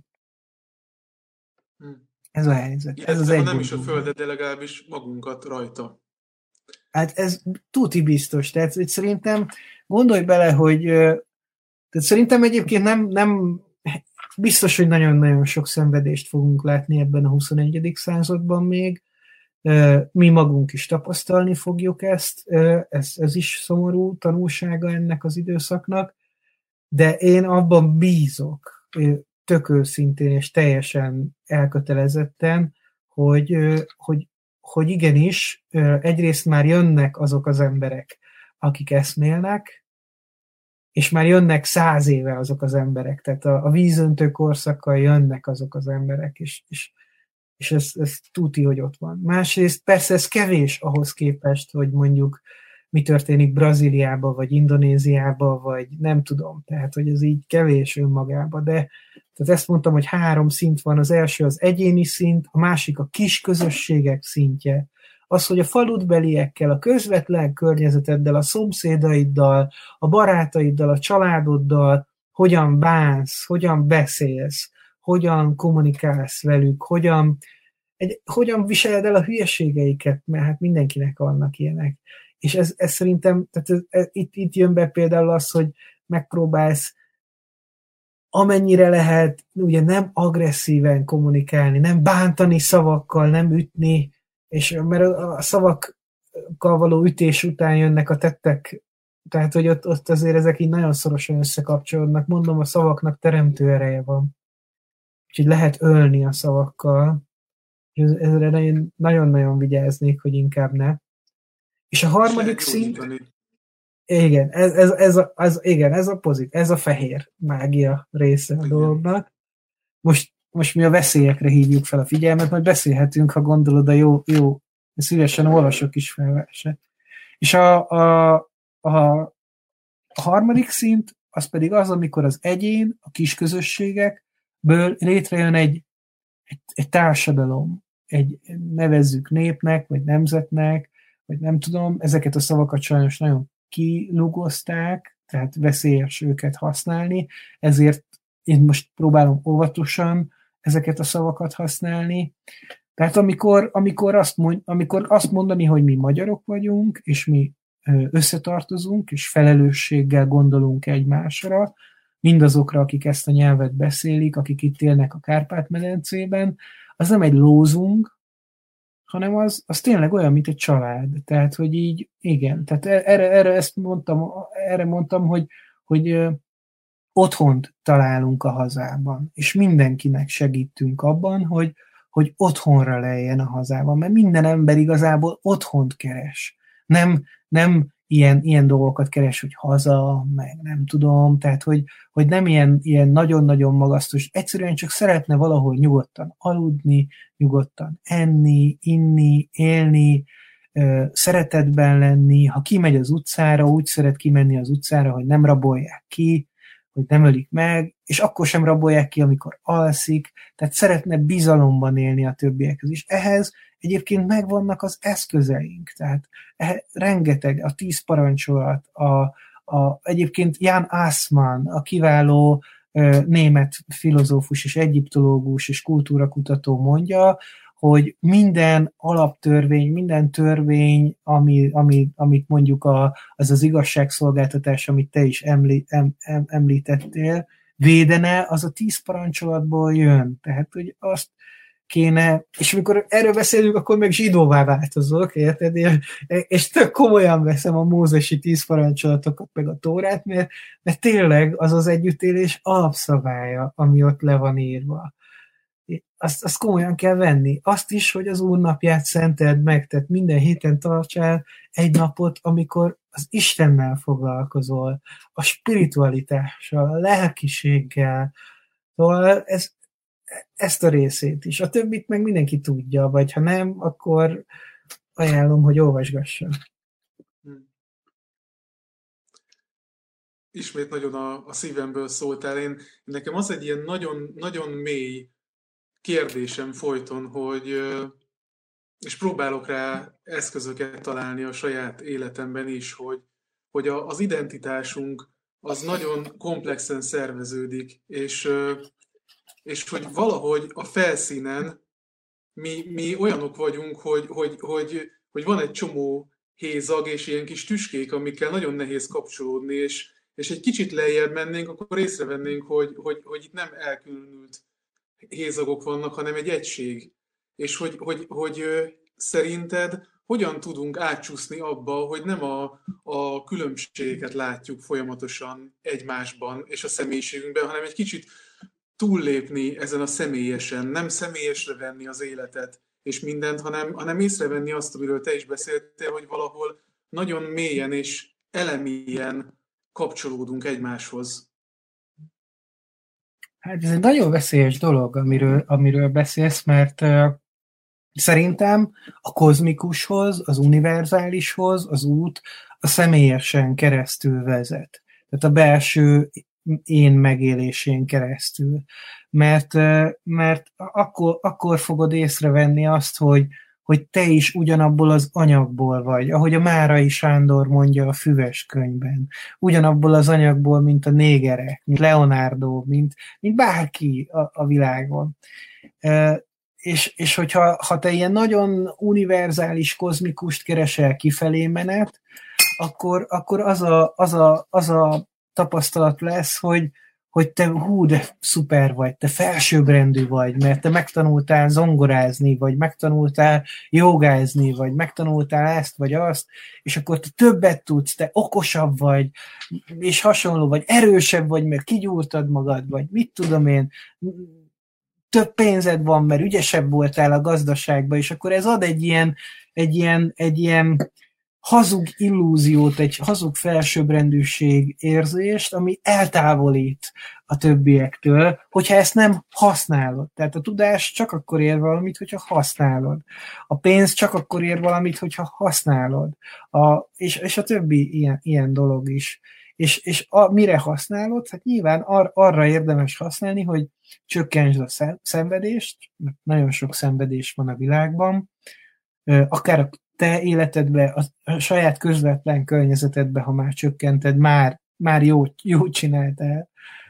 Ez a helyzet. Ez az nem is a Földet, de legalábbis magunkat rajta. Hát ez tuti biztos. Tehát szerintem gondolj bele, hogy tehát szerintem egyébként nem biztos, hogy nagyon-nagyon sok szenvedést fogunk látni ebben a 21. században még. Mi magunk is tapasztalni fogjuk ezt. Ez is szomorú tanulsága ennek az időszaknak. De én abban bízok, tök őszintén és teljesen elkötelezetten, hogy igenis, egyrészt már jönnek azok az emberek, akik eszmélnek, és már jönnek 100 éve azok az emberek, tehát a vízöntő korszakkal jönnek azok az emberek, és ez tuti, hogy ott van. Másrészt persze ez kevés ahhoz képest, hogy mondjuk mi történik Brazíliában, vagy Indonéziában, vagy nem tudom, tehát hogy ez így kevés önmagában, de tehát ezt mondtam, hogy 3 szint van, az első az egyéni szint, a másik a kis közösségek szintje, az, hogy a faludbeliekkel, a közvetlen környezeteddel, a szomszédaiddal, a barátaiddal, a családoddal hogyan bánsz, hogyan beszélsz, hogyan kommunikálsz velük, hogyan viseled el a hülyeségeiket, mert hát mindenkinek vannak ilyenek. És ez szerintem, tehát itt jön be például az, hogy megpróbálsz amennyire lehet, ugye nem agresszíven kommunikálni, nem bántani szavakkal, nem ütni, és mert a szavakkal való ütés után jönnek a tettek Tehát, hogy ott azért ezek így nagyon szorosan összekapcsolódnak. Mondom, a szavaknak teremtő ereje van. Úgyhogy lehet ölni a szavakkal. Ezre én nagyon-nagyon vigyáznék, hogy inkább ne. És a harmadik szint... Igen, ez a ez a fehér mágia része a dolognak. Most mi a veszélyekre hívjuk fel a figyelmet, majd beszélhetünk, ha gondolod, a jó szívesen olvasok is felverse. És a harmadik szint, az pedig az, amikor az egyén, a kis közösségekből létrejön egy társadalom, nevezzük népnek, vagy nemzetnek, vagy nem tudom, ezeket a szavakat sajnos nagyon kilugozták, tehát veszélyes őket használni, ezért én most próbálom óvatosan ezeket a szavakat használni. Tehát amikor azt mondani, hogy mi magyarok vagyunk, és mi összetartozunk, és felelősséggel gondolunk egymásra, mindazokra, akik ezt a nyelvet beszélik, akik itt élnek a Kárpát-medencében, az nem egy lózung, hanem az tényleg olyan, mint egy család. Tehát, hogy így, igen, tehát erre mondtam, hogy otthont találunk a hazában, és mindenkinek segítünk abban, hogy otthonra lejjen a hazában, mert minden ember igazából otthont keres. Nem ilyen dolgokat keres, hogy haza, meg nem tudom, tehát hogy nem ilyen nagyon-nagyon magasztos, egyszerűen csak szeretne valahol nyugodtan aludni, nyugodtan enni, inni, élni, szeretetben lenni, ha kimegy az utcára, úgy szeret kimenni az utcára, hogy nem rabolják ki, hogy nem ölik meg, és akkor sem rabolják ki, amikor alszik, tehát szeretne bizalomban élni a többiekhez is. Ehhez egyébként megvannak az eszközeink, tehát rengeteg, a 10 parancsolat, egyébként Jan Assmann, a kiváló német filozófus és egyiptológus és kultúrakutató mondja, hogy minden alaptörvény, minden törvény, amit mondjuk az igazságszolgáltatás, amit te is említettél, védene, az a 10 parancsolatból jön. Tehát, hogy azt kéne, és amikor erről beszélünk, akkor meg zsidóvá változok, érted? És tök komolyan veszem a mózesi 10 parancsolatokat, meg a Tórát, mert tényleg az az együttélés alapszabálya, ami ott le van írva. Azt komolyan kell venni. Azt is, hogy az Úr napját szenteld meg, tehát minden héten tartsál egy napot, amikor az Istennel foglalkozol, a spiritualitással, a lelkiséggel. Szóval ezt a részét is. A többit meg mindenki tudja, vagy ha nem, akkor ajánlom, hogy olvasgassa. Ismét nagyon a szívemből szóltál. Nekem az egy ilyen nagyon, nagyon mély kérdésem folyton, és próbálok rá eszközöket találni a saját életemben is, hogy az identitásunk az nagyon komplexen szerveződik, és hogy valahogy a felszínen mi olyanok vagyunk, hogy van egy csomó hézag és ilyen kis tüskék, amikkel nagyon nehéz kapcsolódni, és egy kicsit lejjebb mennénk, akkor észrevennénk, hogy itt nem elkülönült hézagok vannak, hanem egy egység. És hogy szerinted hogyan tudunk átcsúszni abba, hogy nem a különbségeket látjuk folyamatosan egymásban és a személyiségünkben, hanem egy kicsit túllépni ezen a személyesen, nem személyesre venni az életet és mindent, hanem észrevenni azt, amiről te is beszéltél, hogy valahol nagyon mélyen és elemélyen kapcsolódunk egymáshoz. Hát ez egy nagyon veszélyes dolog, amiről beszélsz, mert szerintem a kozmikushoz, az univerzálishoz az út a személyesen keresztül vezet. Tehát a belső én megélésén keresztül. Mert akkor fogod észrevenni azt, hogy te is ugyanabból az anyagból vagy, ahogy a Márai Sándor mondja a Füves könyvben. Ugyanabból az anyagból, mint a négerek, mint Leonardo, mint bárki a világon. És hogyha te ilyen nagyon univerzális kozmikust keresel kifelé menet, akkor az a tapasztalat lesz, hogy te de szuper vagy, te felsőbbrendű vagy, mert te megtanultál zongorázni, vagy megtanultál jogázni, vagy megtanultál ezt, vagy azt, és akkor te többet tudsz, te okosabb vagy, és hasonló, vagy erősebb vagy, mert kigyúrtad magad, vagy mit tudom én, több pénzed van, mert ügyesebb voltál a gazdaságban, és akkor ez ad egy ilyen hazug illúziót, egy hazug felsőbbrendűség érzést, ami eltávolít a többiektől, hogyha ezt nem használod. Tehát a tudás csak akkor ér valamit, hogyha használod. A pénz csak akkor ér valamit, hogyha használod. És a többi ilyen dolog is. És mire használod? Hát nyilván arra érdemes használni, hogy csökkentsd a szenvedést, mert nagyon sok szenvedés van a világban, akár a te életedbe, a saját közvetlen környezetedbe, ha már csökkented, már jót csináltál.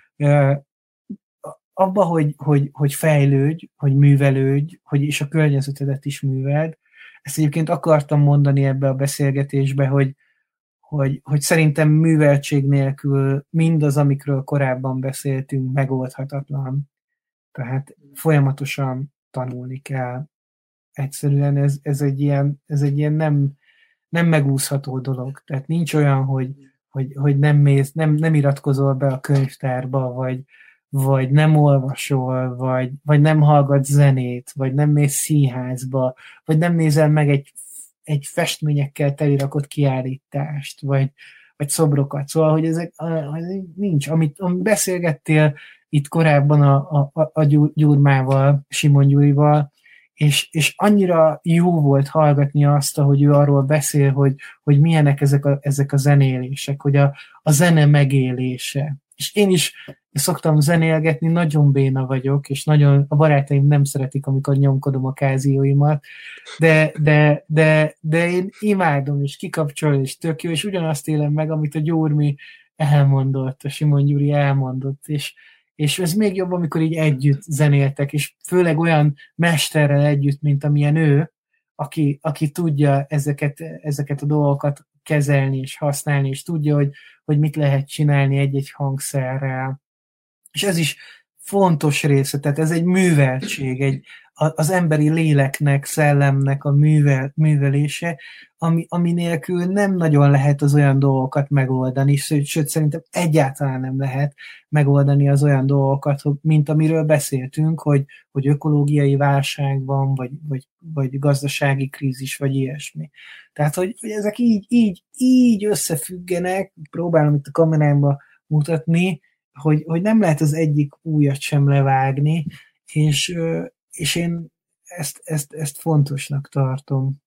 Abba, hogy fejlődj, hogy művelődj, és a környezetedet is műveld. Ezt egyébként akartam mondani ebbe a beszélgetésbe, hogy szerintem műveltség nélkül mindaz, amikről korábban beszéltünk, megoldhatatlan. Tehát folyamatosan tanulni kell. Egyszerűen ez egy ilyen nem megúszható dolog. Tehát nincs olyan, hogy nem iratkozol be a könyvtárba, vagy nem olvasol, vagy nem hallgatsz zenét, vagy nem mész színházba, vagy nem nézel meg egy festményekkel telirakott kiállítást, vagy szobrokat. Szóval, hogy ezek nincs. Amit beszélgettél itt korábban a Gyurmával, Simon Gyurival, és annyira jó volt hallgatni azt, hogy ő arról beszél, hogy milyenek ezek a zenélések, hogy a zene megélése. És én is szoktam zenélgetni, nagyon béna vagyok, és nagyon a barátaim nem szeretik, amikor nyomkodom a kázióimat, de én imádom, és kikapcsolom, és tök jó, és ugyanazt élem meg, amit a Gyurmi elmondott, a Simon Gyuri elmondott, és ez még jobb, amikor így együtt zenéltek, és főleg olyan mesterrel együtt, mint amilyen ő, aki tudja ezeket a dolgokat kezelni és használni, és tudja, hogy mit lehet csinálni egy-egy hangszerrel. És ez is fontos része, tehát ez egy műveltség, az emberi léleknek, szellemnek a művelése, ami nélkül nem nagyon lehet az olyan dolgokat megoldani, sőt szerintem egyáltalán nem lehet megoldani az olyan dolgokat, mint amiről beszéltünk, hogy ökológiai válság van, vagy gazdasági krízis, vagy ilyesmi. Tehát, hogy ezek így összefüggenek, próbálom itt a kamerámba mutatni, hogy nem lehet az egyik ujjat sem levágni, és én ezt fontosnak tartom.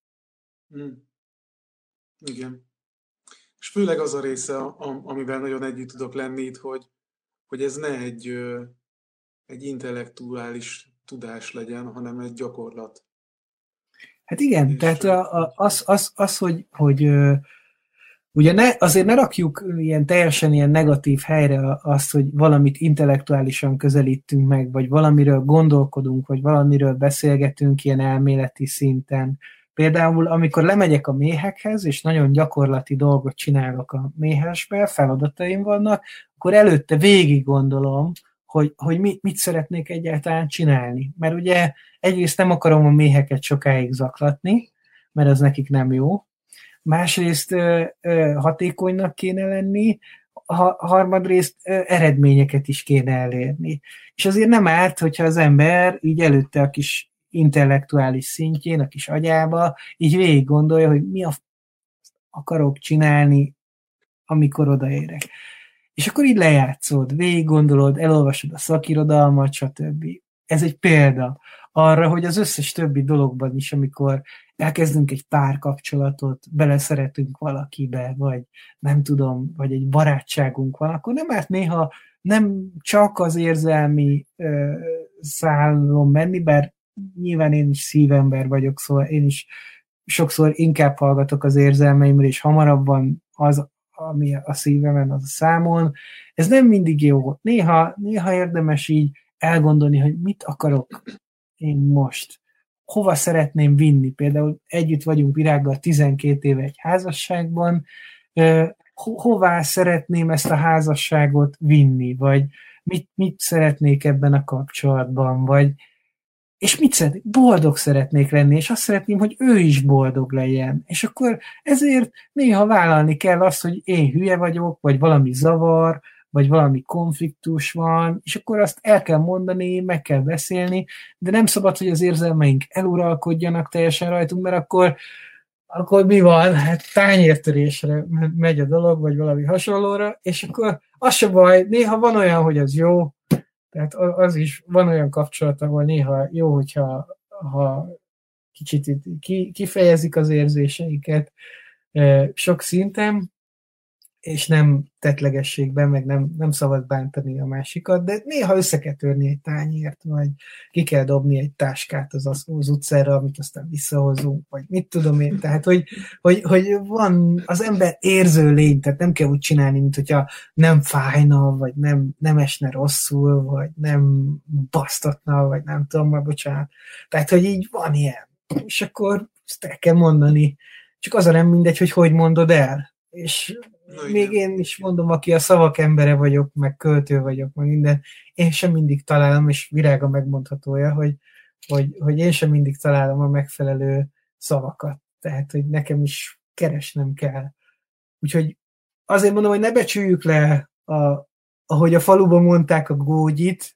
Igen. És főleg az a része, amivel nagyon együtt tudok lenni itt, hogy ez ne egy intellektuális tudás legyen, hanem egy gyakorlat. Hát igen, és tehát hogy ugye azért ne rakjuk teljesen ilyen negatív helyre azt, hogy valamit intellektuálisan közelítünk meg, vagy valamiről gondolkodunk, vagy valamiről beszélgetünk ilyen elméleti szinten. Például, amikor lemegyek a méhekhez, és nagyon gyakorlati dolgot csinálok a méhesbe, feladataim vannak, akkor előtte végig gondolom, hogy mit szeretnék egyáltalán csinálni. Mert ugye egyrészt nem akarom a méheket sokáig zaklatni, mert az nekik nem jó. Másrészt hatékonynak kéne lenni, harmadrészt eredményeket is kéne elérni. És azért nem árt, hogyha az ember így előtte a kis intellektuális szintjén, a kis agyába, így végig gondolja, hogy mi akarok csinálni, amikor odaérek. És akkor így lejátszod, végig gondolod, elolvasod a szakirodalmat, stb. Ez egy példa arra, hogy az összes többi dologban is, amikor elkezdünk egy párkapcsolatot, beleszeretünk valakibe, vagy nem tudom, vagy egy barátságunk van, akkor nem árt néha nem csak az érzelmi szálon menni, bár nyilván én is szívember vagyok, szóval én is sokszor inkább hallgatok az érzelmeimre, és hamarabb van az, ami a szívemen, az a számon. Ez nem mindig jó. Néha érdemes így elgondolni, hogy mit akarok én most. Hova szeretném vinni? Például együtt vagyunk Virággal 12 éve egy házasságban, hová szeretném ezt a házasságot vinni? Vagy mit szeretnék ebben a kapcsolatban, vagy és mit szeretnék? Boldog szeretnék lenni, és azt szeretném, hogy ő is boldog legyen. És akkor ezért néha vállalni kell azt, hogy én hülye vagyok, vagy valami zavar, vagy valami konfliktus van, és akkor azt el kell mondani, meg kell beszélni, de nem szabad, hogy az érzelmeink eluralkodjanak teljesen rajtunk, mert akkor mi van? Hát tányértörésre megy a dolog, vagy valami hasonlóra, és akkor az se baj, néha van olyan, hogy az jó, tehát az is van olyan kapcsolat, ahol néha jó, ha kicsit kifejezik az érzéseiket sok szinten, és nem tettlegességben, meg nem szabad bántani a másikat, de néha össze kell törni egy tányért, vagy ki kell dobni egy táskát az utcára, amit aztán visszahozunk, vagy mit tudom én. Tehát, hogy van az ember érző lény, tehát nem kell úgy csinálni, mint hogyha nem fájna, vagy nem esne rosszul, vagy nem basztatna, vagy nem tudom, már bocsánat. Tehát, hogy így van ilyen. És akkor ezt el kell mondani. Csak az a nem mindegy, hogy mondod el. És még én is mondom, aki a szavak embere vagyok, meg költő vagyok, meg minden, én sem mindig találom, és Virág a megmondhatója, hogy én sem mindig találom a megfelelő szavakat. Tehát, hogy nekem is keresnem kell. Úgyhogy azért mondom, hogy ne becsüljük le, ahogy a faluban mondták a gógyit,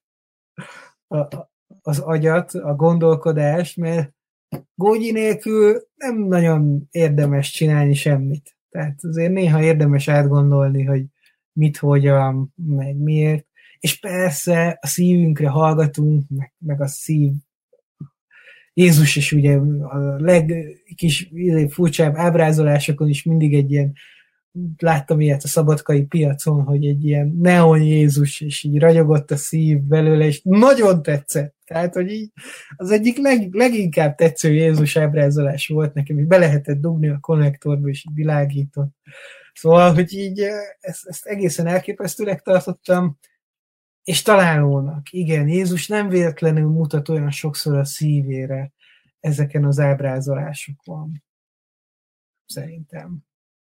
az agyat, a gondolkodást, mert gógyi nélkül nem nagyon érdemes csinálni semmit. Tehát azért néha érdemes átgondolni, hogy mit, hogyan, meg miért. És persze a szívünkre hallgatunk, meg a szív. Jézus is ugye a legkis furcsább ábrázolásokon is mindig egy ilyen, láttam ilyet a szabadkai piacon, hogy egy ilyen neon Jézus, és így ragyogott a szív belőle, és nagyon tetszett. Tehát, hogy így az egyik leginkább tetsző Jézus ábrázolás volt nekem, hogy be lehetett dugni a konnektorba, és így világított. Szóval, hogy így ezt egészen elképesztőleg tartottam, és találónak. Igen, Jézus nem véletlenül mutat olyan sokszor a szívére ezeken az ábrázolásokon. Szerintem.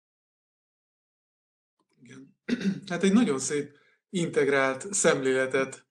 Igen. Hát egy nagyon szép integrált szemléletet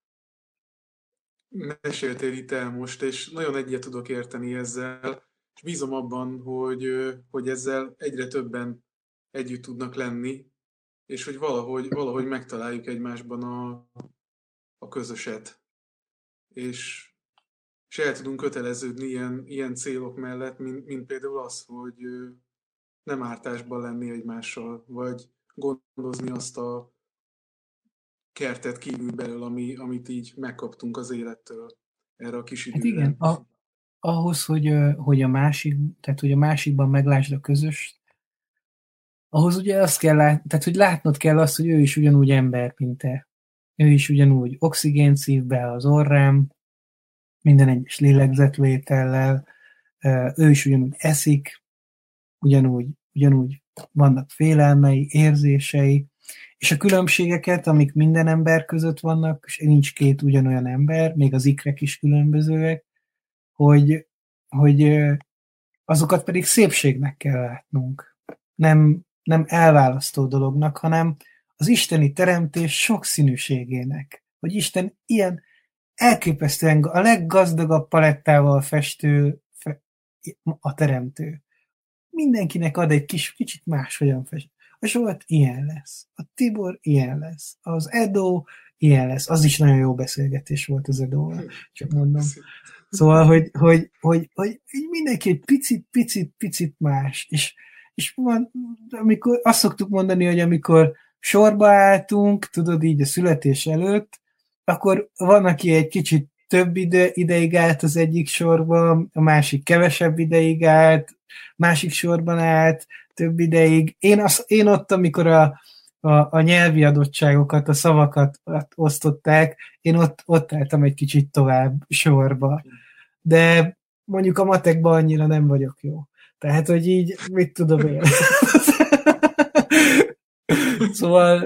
meséltél itt el most, és nagyon egyet tudok érteni ezzel, és bízom abban, hogy ezzel egyre többen együtt tudnak lenni, és hogy valahogy megtaláljuk egymásban a közöset, és el tudunk köteleződni ilyen célok mellett, mint például az, hogy nem ártásban lenni egymással, vagy gondozni azt a kertet kívül belül, amit így megkaptunk az élettől erre a kis időre. Hát igen, ahhoz, hogy a másik, tehát hogy a másikban meglásd a közös, ahhoz ugye azt kell tehát hogy látnod kell azt, hogy ő is ugyanúgy ember, mint te. Ő is ugyanúgy oxigént szív be az orrám, minden egyes lélegzetvétellel, ő is ugyanúgy eszik, ugyanúgy vannak félelmei, érzései, és a különbségeket, amik minden ember között vannak, és nincs két ugyanolyan ember, még az ikrek is különbözőek, hogy azokat pedig szépségnek kell látnunk. Nem elválasztó dolognak, hanem az isteni teremtés sokszínűségének. Hogy Isten ilyen elképesztően a leggazdagabb palettával festő a teremtő. Mindenkinek ad egy kicsit máshogyan fest. A Zsolt ilyen lesz, a Tibor ilyen lesz, az Edo ilyen lesz. Az is nagyon jó beszélgetés volt az Edóval, csak mondom. Szóval, hogy mindenki egy picit más. És van, amikor azt szoktuk mondani, hogy amikor sorba álltunk, tudod, így a születés előtt, akkor van, aki egy kicsit több ideig állt az egyik sorban, a másik kevesebb ideig állt, másik sorban állt több ideig. Én ott, amikor a nyelvi adottságokat, a szavakat osztották, én ott álltam egy kicsit tovább sorba. De mondjuk a matekban annyira nem vagyok jó. Tehát, hogy így, mit tudom én. Szóval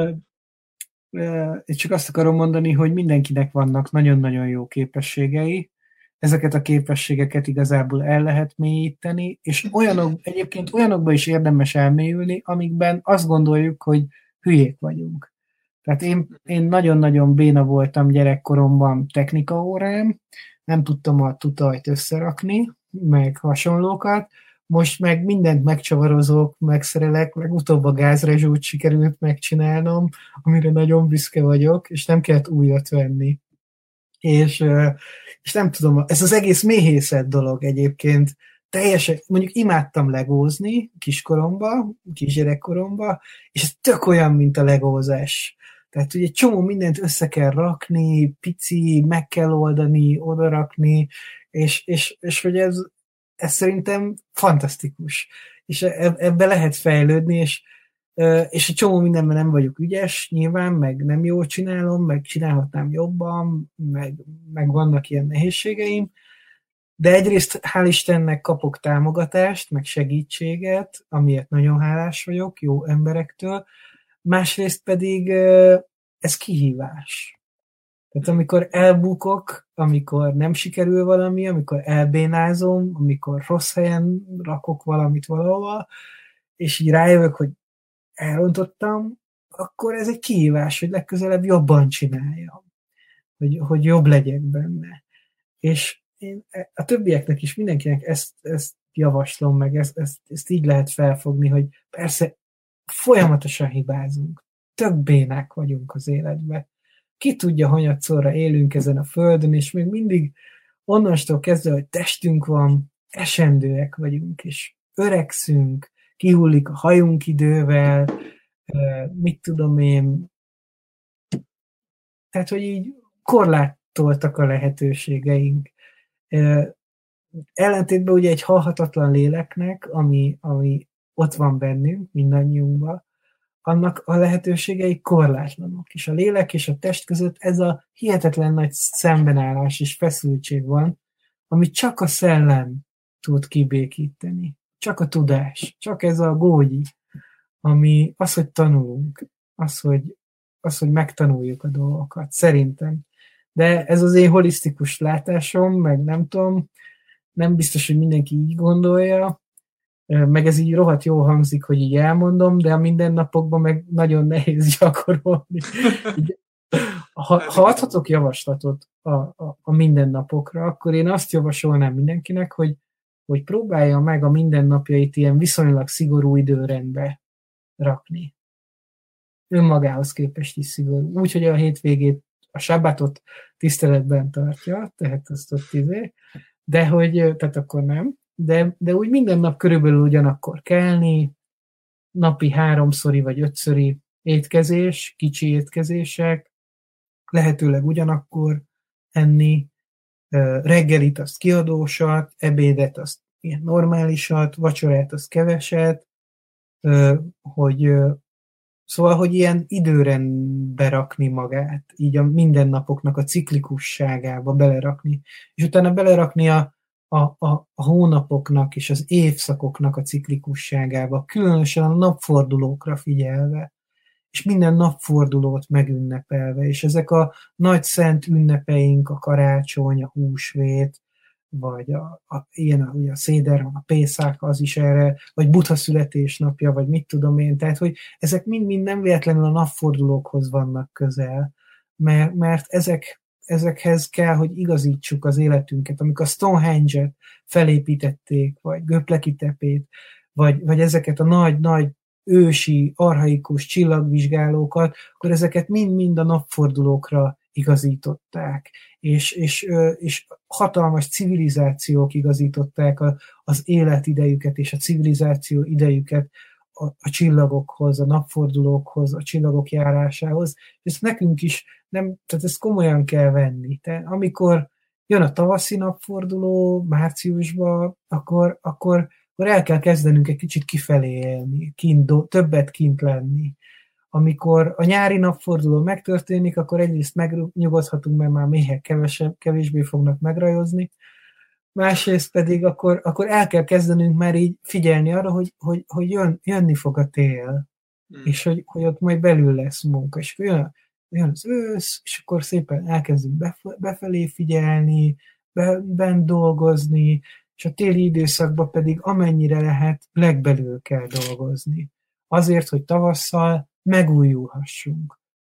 én csak azt akarom mondani, hogy mindenkinek vannak nagyon-nagyon jó képességei, ezeket a képességeket igazából el lehet mélyíteni, és egyébként olyanokban is érdemes elmélyülni, amikben azt gondoljuk, hogy hülyék vagyunk. Tehát én nagyon-nagyon béna voltam gyerekkoromban technikaórán, nem tudtam a tutajt összerakni, meg hasonlókat, most meg mindent megcsavarozok, megszerelek, meg utóbb a gázrezsót sikerült megcsinálnom, amire nagyon büszke vagyok, és nem kellett újat venni. És nem tudom, ez az egész méhészet dolog egyébként, teljesen, mondjuk imádtam legózni kiskoromba, kisgyerekkoromba, és ez tök olyan, mint a legózás. Tehát ugye egy csomó mindent össze kell rakni, pici, meg kell oldani, odarakni, és hogy ez szerintem fantasztikus. És ebbe lehet fejlődni, és egy csomó mindenben nem vagyok ügyes, nyilván, meg nem jól csinálom, meg csinálhatnám jobban, meg vannak ilyen nehézségeim, de egyrészt hál' Istennek kapok támogatást, meg segítséget, amiért nagyon hálás vagyok jó emberektől, másrészt pedig ez kihívás. Tehát amikor elbukok, amikor nem sikerül valami, amikor elbénázom, amikor rossz helyen rakok valamit valahova, és így rájövök, hogy elrontottam, akkor ez egy kihívás, hogy legközelebb jobban csináljam, hogy jobb legyek benne. És én a többieknek is, mindenkinek ezt javaslom meg, ezt így lehet felfogni, hogy persze folyamatosan hibázunk, tök bénák vagyunk az életben. Ki tudja, hanyatszorra élünk ezen a földön, és még mindig onnantól kezdve, hogy testünk van, esendőek vagyunk, és öregszünk, kihullik a hajunk idővel, mit tudom én, tehát, hogy így korlátoltak a lehetőségeink. Ellentétben ugye egy halhatatlan léleknek, ami ott van bennünk, mindannyiunkban, annak a lehetőségei korlátlanok. És a lélek és a test között ez a hihetetlen nagy szembenállás és feszültség van, amit csak a szellem tud kibékíteni. Csak a tudás, csak ez a gógyi, ami az, hogy tanulunk, az, hogy megtanuljuk a dolgokat, szerintem. De ez az én holisztikus látásom, meg nem tudom, nem biztos, hogy mindenki így gondolja, meg ez így rohadt jól hangzik, hogy így elmondom, de a mindennapokban meg nagyon nehéz gyakorolni. Ha adhatok javaslatot a mindennapokra, akkor én azt javasolnám mindenkinek, hogy próbálja meg a mindennapjait ilyen viszonylag szigorú időrendbe rakni. Önmagához képest is szigorú. Úgy, hogy a hétvégét, a sabbatot tiszteletben tartja, tehát azt ott de hogy, tehát akkor nem, de úgy minden nap körülbelül ugyanakkor kelni, napi 3-szori vagy 5-szori étkezés, kicsi étkezések, lehetőleg ugyanakkor enni, reggelit azt kiadósat, ebédet azt ilyen normálisat, vacsorát azt keveset, szóval, hogy ilyen időrendbe rakni magát, így a mindennapoknak a ciklikusságába belerakni, és utána belerakni a hónapoknak és az évszakoknak a ciklikusságába, különösen a napfordulókra figyelve, és minden napfordulót megünnepelve, és ezek a nagy szent ünnepeink, a karácsony, a húsvét, vagy ilyen ugye a széder, a pészák, az is erre, vagy Buddha születésnapja, vagy mit tudom én, tehát, hogy ezek mind nem véletlenül a napfordulókhoz vannak közel, mert ezekhez kell, hogy igazítsuk az életünket, amikor a Stonehenge-et felépítették, vagy Göpleki tepét, vagy ezeket a nagy ősi, archaikus csillagvizsgálókat, akkor ezeket mind a napfordulókra igazították, és hatalmas civilizációk igazították az életidejüket és a civilizáció idejüket a csillagokhoz, a napfordulókhoz, a csillagok járásához, és ezt nekünk is tehát ezt komolyan kell venni. Tehát amikor jön a tavaszi napforduló márciusban, akkor el kell kezdenünk egy kicsit kifelé élni, többet kint lenni. Amikor a nyári napforduló megtörténik, akkor egyrészt megnyugodhatunk, mert már méhek kevésbé fognak megrajozni, másrészt pedig akkor el kell kezdenünk már így figyelni arra, hogy jönni fog a tél, és hogy ott majd belül lesz munka, és jön az ősz, és akkor szépen elkezdünk befelé figyelni, bent dolgozni, és a téli időszakban pedig amennyire lehet, legbelül kell dolgozni. Azért, hogy tavasszal megújulhassunk.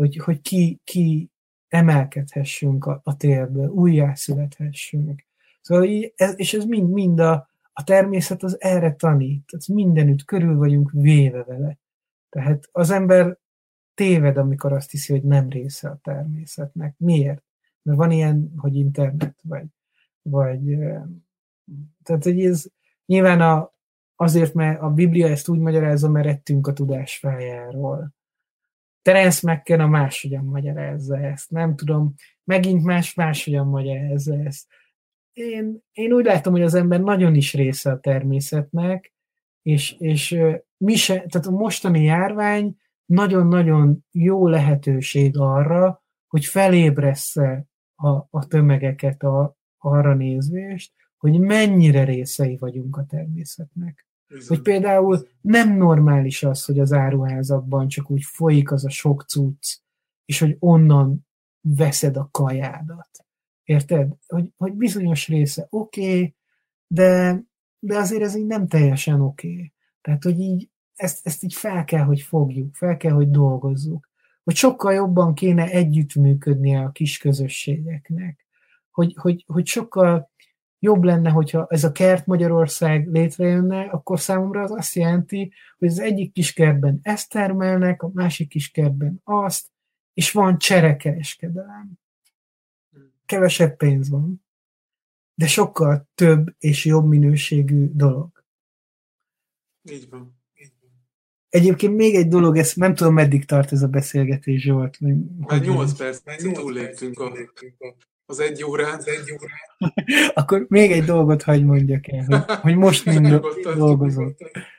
hogy ki emelkedhessünk a térből, újjászülethessünk. Szóval és ez mind a természet az erre tanít. Ez mindenütt körül vagyunk véve vele. Tehát az ember téved, amikor azt hiszi, hogy nem része a természetnek. Miért? Mert van ilyen, hogy internet, vagy tehát, hogy ez nyilván azért, mert a Biblia ezt úgy magyarázza, mert ettünk a tudás fájáról. Terence McKenna máshogyan magyarázza ezt. Nem tudom, megint máshogyan magyarázza ezt. Én úgy látom, hogy az ember nagyon is része a természetnek, és mi se, tehát a mostani járvány nagyon-nagyon jó lehetőség arra, hogy felébressze a tömegeket arra nézvést, hogy mennyire részei vagyunk a természetnek. Hogy például nem normális az, hogy az áruházakban csak úgy folyik az a sok cucc, és hogy onnan veszed a kajádat. Érted? Hogy bizonyos része oké, de azért ez így nem teljesen oké. Tehát, hogy így ezt így fel kell, hogy fogjuk, fel kell, hogy dolgozzuk. Hogy sokkal jobban kéne együttműködnie a kis közösségeknek. Hogy sokkal jobb lenne, hogyha ez a kert Magyarország létrejönne, akkor számomra az azt jelenti, hogy az egyik kis kertben ezt termelnek, a másik kis kertben azt, és van cserekereskedelem. Kevesebb pénz van, de sokkal több és jobb minőségű dolog. Így van. Egyébként még egy dolog, ezt nem tudom, meddig tart ez a beszélgetés, Zsolt. Már 8 perc, túlléptünk az 1 órán. Akkor még egy dolgot hagy mondjak el, hogy most mind dolgozom.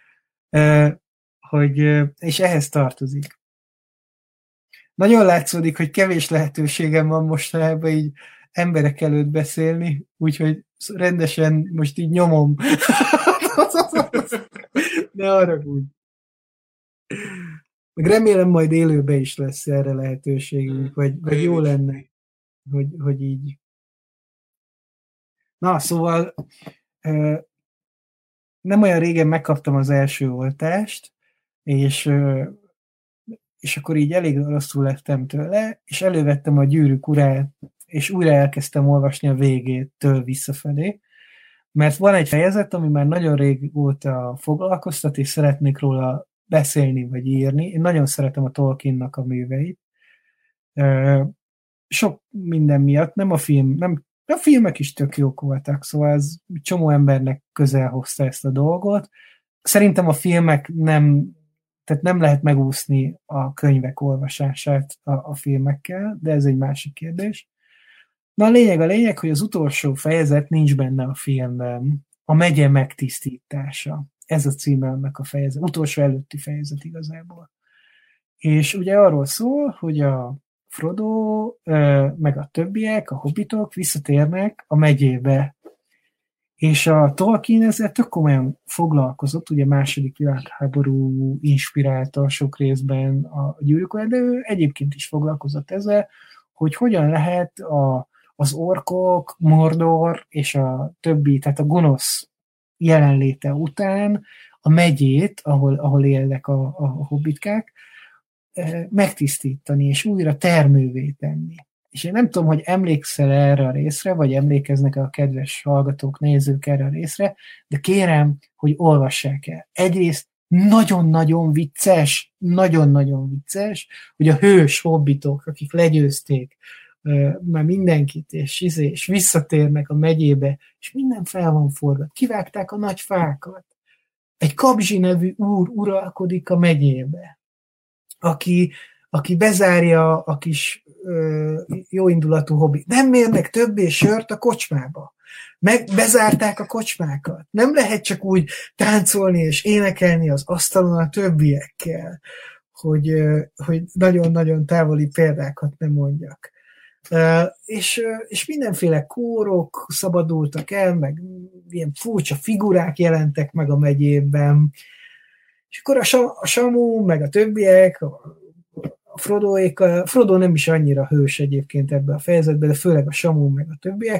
És ehhez tartozik. Nagyon látszódik, hogy kevés lehetőségem van mostanában így emberek előtt beszélni, úgyhogy rendesen most így nyomom. Ne haragudj. Meg remélem majd élőben is lesz erre lehetőségünk, vagy jó lenne, hogy így. Na, szóval nem olyan régen megkaptam az első oltást, és akkor így elég rosszul lettem tőle, és elővettem a Gyűrűk urát, és újra elkezdtem olvasni a végétől visszafelé, mert van egy fejezet, ami már nagyon régóta foglalkoztat, és szeretnék róla beszélni, vagy írni. Én nagyon szeretem a Tolkiennak a műveit. Sok minden miatt, nem a filmek is tök jók voltak, szóval ez csomó embernek közel hozta ezt a dolgot. Szerintem a filmek tehát nem lehet megúszni a könyvek olvasását a filmekkel, de ez egy másik kérdés. Na a lényeg, hogy az utolsó fejezet nincs benne a filmben. A megye megtisztítása. Ez a címe annak a fejezet. Utolsó előtti fejezet igazából. És ugye arról szól, hogy a Frodo meg a többiek, a hobbitok visszatérnek a megyébe. És a Tolkien ezzel tök komolyan foglalkozott, ugye második világháború inspirálta sok részben a Gyűrűk urát, de ő egyébként is foglalkozott ezzel, hogy hogyan lehet az orkok, Mordor és a többi, tehát a gonosz jelenléte után a megyét, ahol élnek a hobbitkák, megtisztítani és újra termővé tenni. És én nem tudom, hogy emlékszel erre a részre, vagy emlékeznek a kedves hallgatók, nézők erre a részre, de kérem, hogy olvassák el. Egyrészt nagyon-nagyon vicces, hogy a hős hobbitok, akik legyőzték már mindenkit, és visszatérnek a megyébe, és minden fel van forgat. Kivágták a nagy fákat. Egy Kabzsi nevű úr uralkodik a megyébe, aki bezárja a kis jóindulatú hobbi. Nem mérnek többé sört a kocsmába. Bezárták a kocsmákat. Nem lehet csak úgy táncolni és énekelni az asztalon a többiekkel, hogy nagyon-nagyon távoli példákat nem mondjak. És mindenféle kórok szabadultak el, meg ilyen furcsa figurák jelentek meg a megyében, és akkor a Samu, meg a többiek, a Frodo nem is annyira hős egyébként ebbe a fejezetbe, de főleg a Samu, meg a többiek,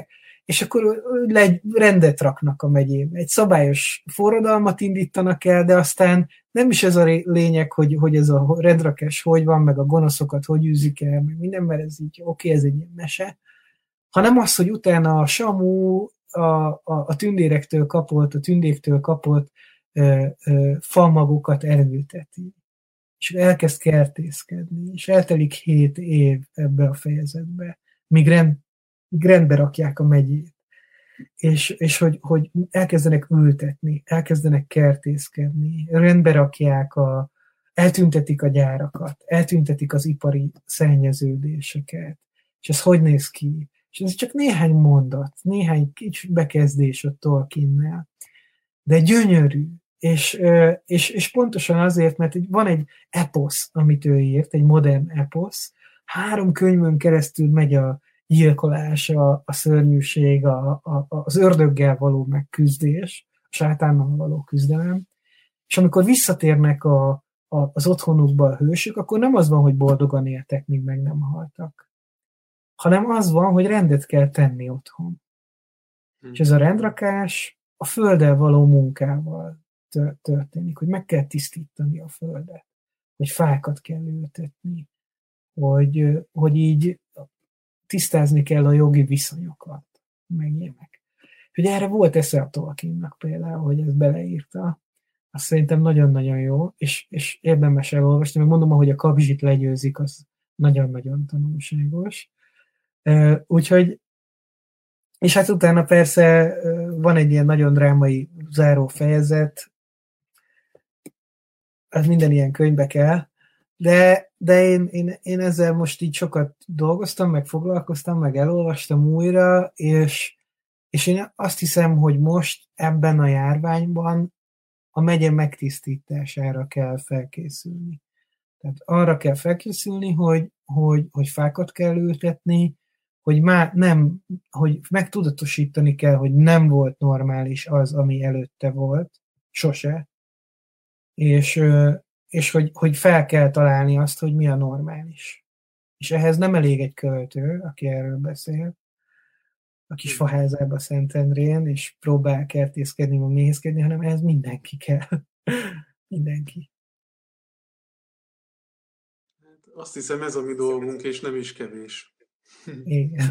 és akkor rendet raknak a megyébe. Egy szabályos forradalmat indítanak el, de aztán nem is ez a lényeg, hogy ez a rendrakás hogy van, meg a gonoszokat hogy űzik el, meg minden, mert ez így oké, ez egy ilyen mese, hanem az, hogy utána a Samu a tündérektől kapott, a tündéktől kapott falmagokat elülteti, és elkezd kertészkedni, és eltelik 7 év ebbe a fejezetbe, míg rendbe rakják a megyét, és hogy elkezdenek ültetni, elkezdenek kertészkedni, rendbe rakják eltüntetik a gyárakat, eltüntetik az ipari szennyeződéseket, és ez hogy néz ki? És ez csak néhány mondat, néhány kicsi bekezdés a Tolkiennel, de gyönyörű, és pontosan azért, mert van egy eposz, amit ő írt, egy modern eposz, 3 könyvön keresztül megy a gyilkolás, a szörnyűség, az ördöggel való megküzdés, a sátánnal való küzdelem, és amikor visszatérnek az otthonukba a hősök, akkor nem az van, hogy boldogan éltek, míg meg nem haltak, hanem az van, hogy rendet kell tenni otthon. És ez a rendrakás a földdel való munkával történik, hogy meg kell tisztítani a földet, hogy fákat kell ültetni, hogy így tisztázni kell a jogi viszonyokat, meg ilyenek. Hogy erre volt esze a Tolkiennak például, hogy ezt beleírta. Azt szerintem nagyon-nagyon jó, és érdemes elolvasni, meg mondom, hogy a Kabzsit legyőzik, az nagyon-nagyon tanulságos. Úgyhogy, és hát utána persze van egy ilyen nagyon drámai záró fejezet, az minden ilyen könyvbe kell, de én ezzel most így sokat dolgoztam, meg foglalkoztam, meg elolvastam újra, és én azt hiszem, hogy most ebben a járványban a megye megtisztítására kell felkészülni. Tehát arra kell felkészülni, hogy fákat kell ültetni, hogy már nem, hogy megtudatosítani kell, hogy nem volt normális az, ami előtte volt, sose, és hogy fel kell találni azt, hogy mi a normális. És ehhez nem elég egy költő, aki erről beszél, a kis faházába Szentendrén, és próbál kertészkedni, meg méhészkedni, hanem ehhez mindenki kell. Mindenki. Azt hiszem, ez a mi dolgunk, és nem is kevés. Igen.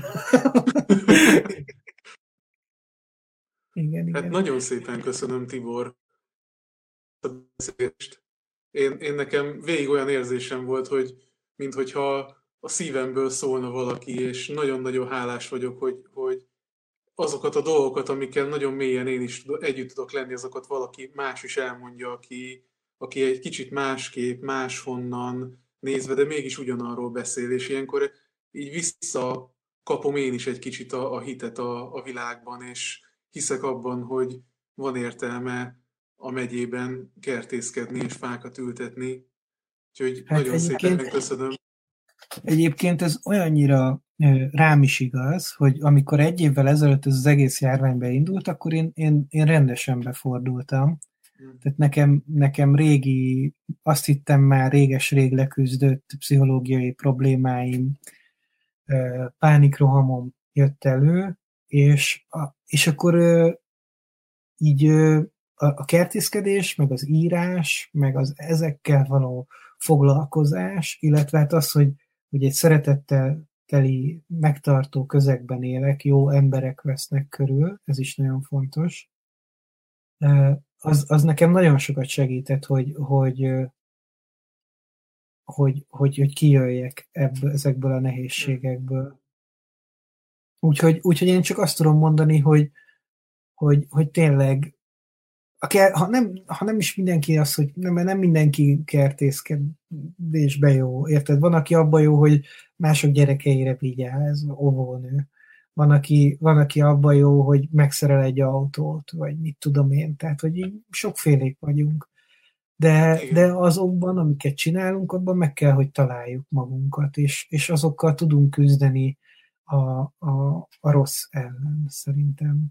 Igen, Hát igen. nagyon szépen köszönöm, Tibor, a beszélést. Én nekem végig olyan érzésem volt, hogy minthogyha a szívemből szólna valaki, és nagyon-nagyon hálás vagyok, hogy azokat a dolgokat, amikkel nagyon mélyen én is együtt tudok lenni, azokat valaki más is elmondja, aki egy kicsit másképp, máshonnan nézve, de mégis ugyanarról beszél, és ilyenkor így visszakapom én is egy kicsit a hitet a világban, és hiszek abban, hogy van értelme a megyében kertészkedni és fákat ültetni. Úgyhogy Hát nagyon szépen köszönöm. Egyébként ez olyannyira rám is igaz, hogy amikor 1 évvel ezelőtt ez az egész járvány beindult, akkor én rendesen befordultam. Tehát nekem régi, azt hittem már réges-rég leküzdött pszichológiai problémáim, pánikrohamom jött elő, és akkor így a kertészkedés, meg az írás, meg az ezekkel való foglalkozás, illetve hát az, hogy egy szeretettel teli, megtartó közegben élek, jó emberek vesznek körül, ez is nagyon fontos. Az nekem nagyon sokat segített, hogy kijöjjek ezekből a nehézségekből. Úgyhogy én csak azt tudom mondani, hogy tényleg ha nem is mindenki az, hogy nem mindenki kertészkedésbe jó, érted? Van, aki abban jó, hogy mások gyerekeire vigyáz, óvónő. Van, aki abban jó, hogy megszerel egy autót, vagy mit tudom én. Tehát, hogy így sokfélék vagyunk. De azokban, amiket csinálunk, abban meg kell, hogy találjuk magunkat, és azokkal tudunk küzdeni a rossz ellen, szerintem.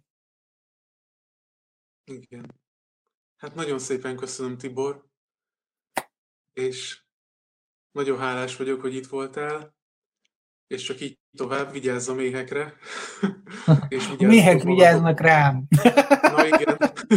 Igen. Hát nagyon szépen köszönöm, Tibor, és nagyon hálás vagyok, hogy itt voltál, és csak így tovább, vigyázz a méhekre, és A méhek vigyázzatok vigyáznak magatokra. rám. Na igen.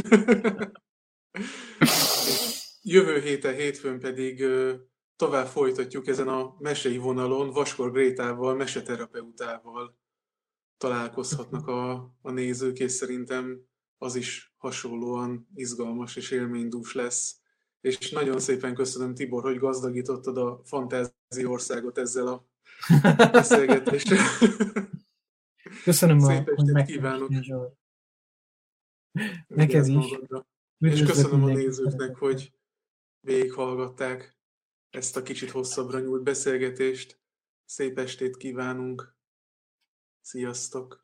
És jövő héten, hétfőn pedig tovább folytatjuk ezen a mesei vonalon, Vaskor Grétával, meseterapeutával találkozhatnak a nézők, és szerintem az is hasonlóan izgalmas és élménydús lesz. És nagyon szépen köszönöm, Tibor, hogy gazdagítottad a fantázi országot ezzel a beszélgetéssel. Köszönöm, Szép hogy estét kívánok! megkerestél, Zsolt. Neked Vigyázz is. magadra! És Üdvözlök köszönöm a mindenkit nézőknek, szeretettel. hogy végighallgatták ezt a kicsit hosszabbra nyúlt beszélgetést. Szép estét kívánunk! Sziasztok!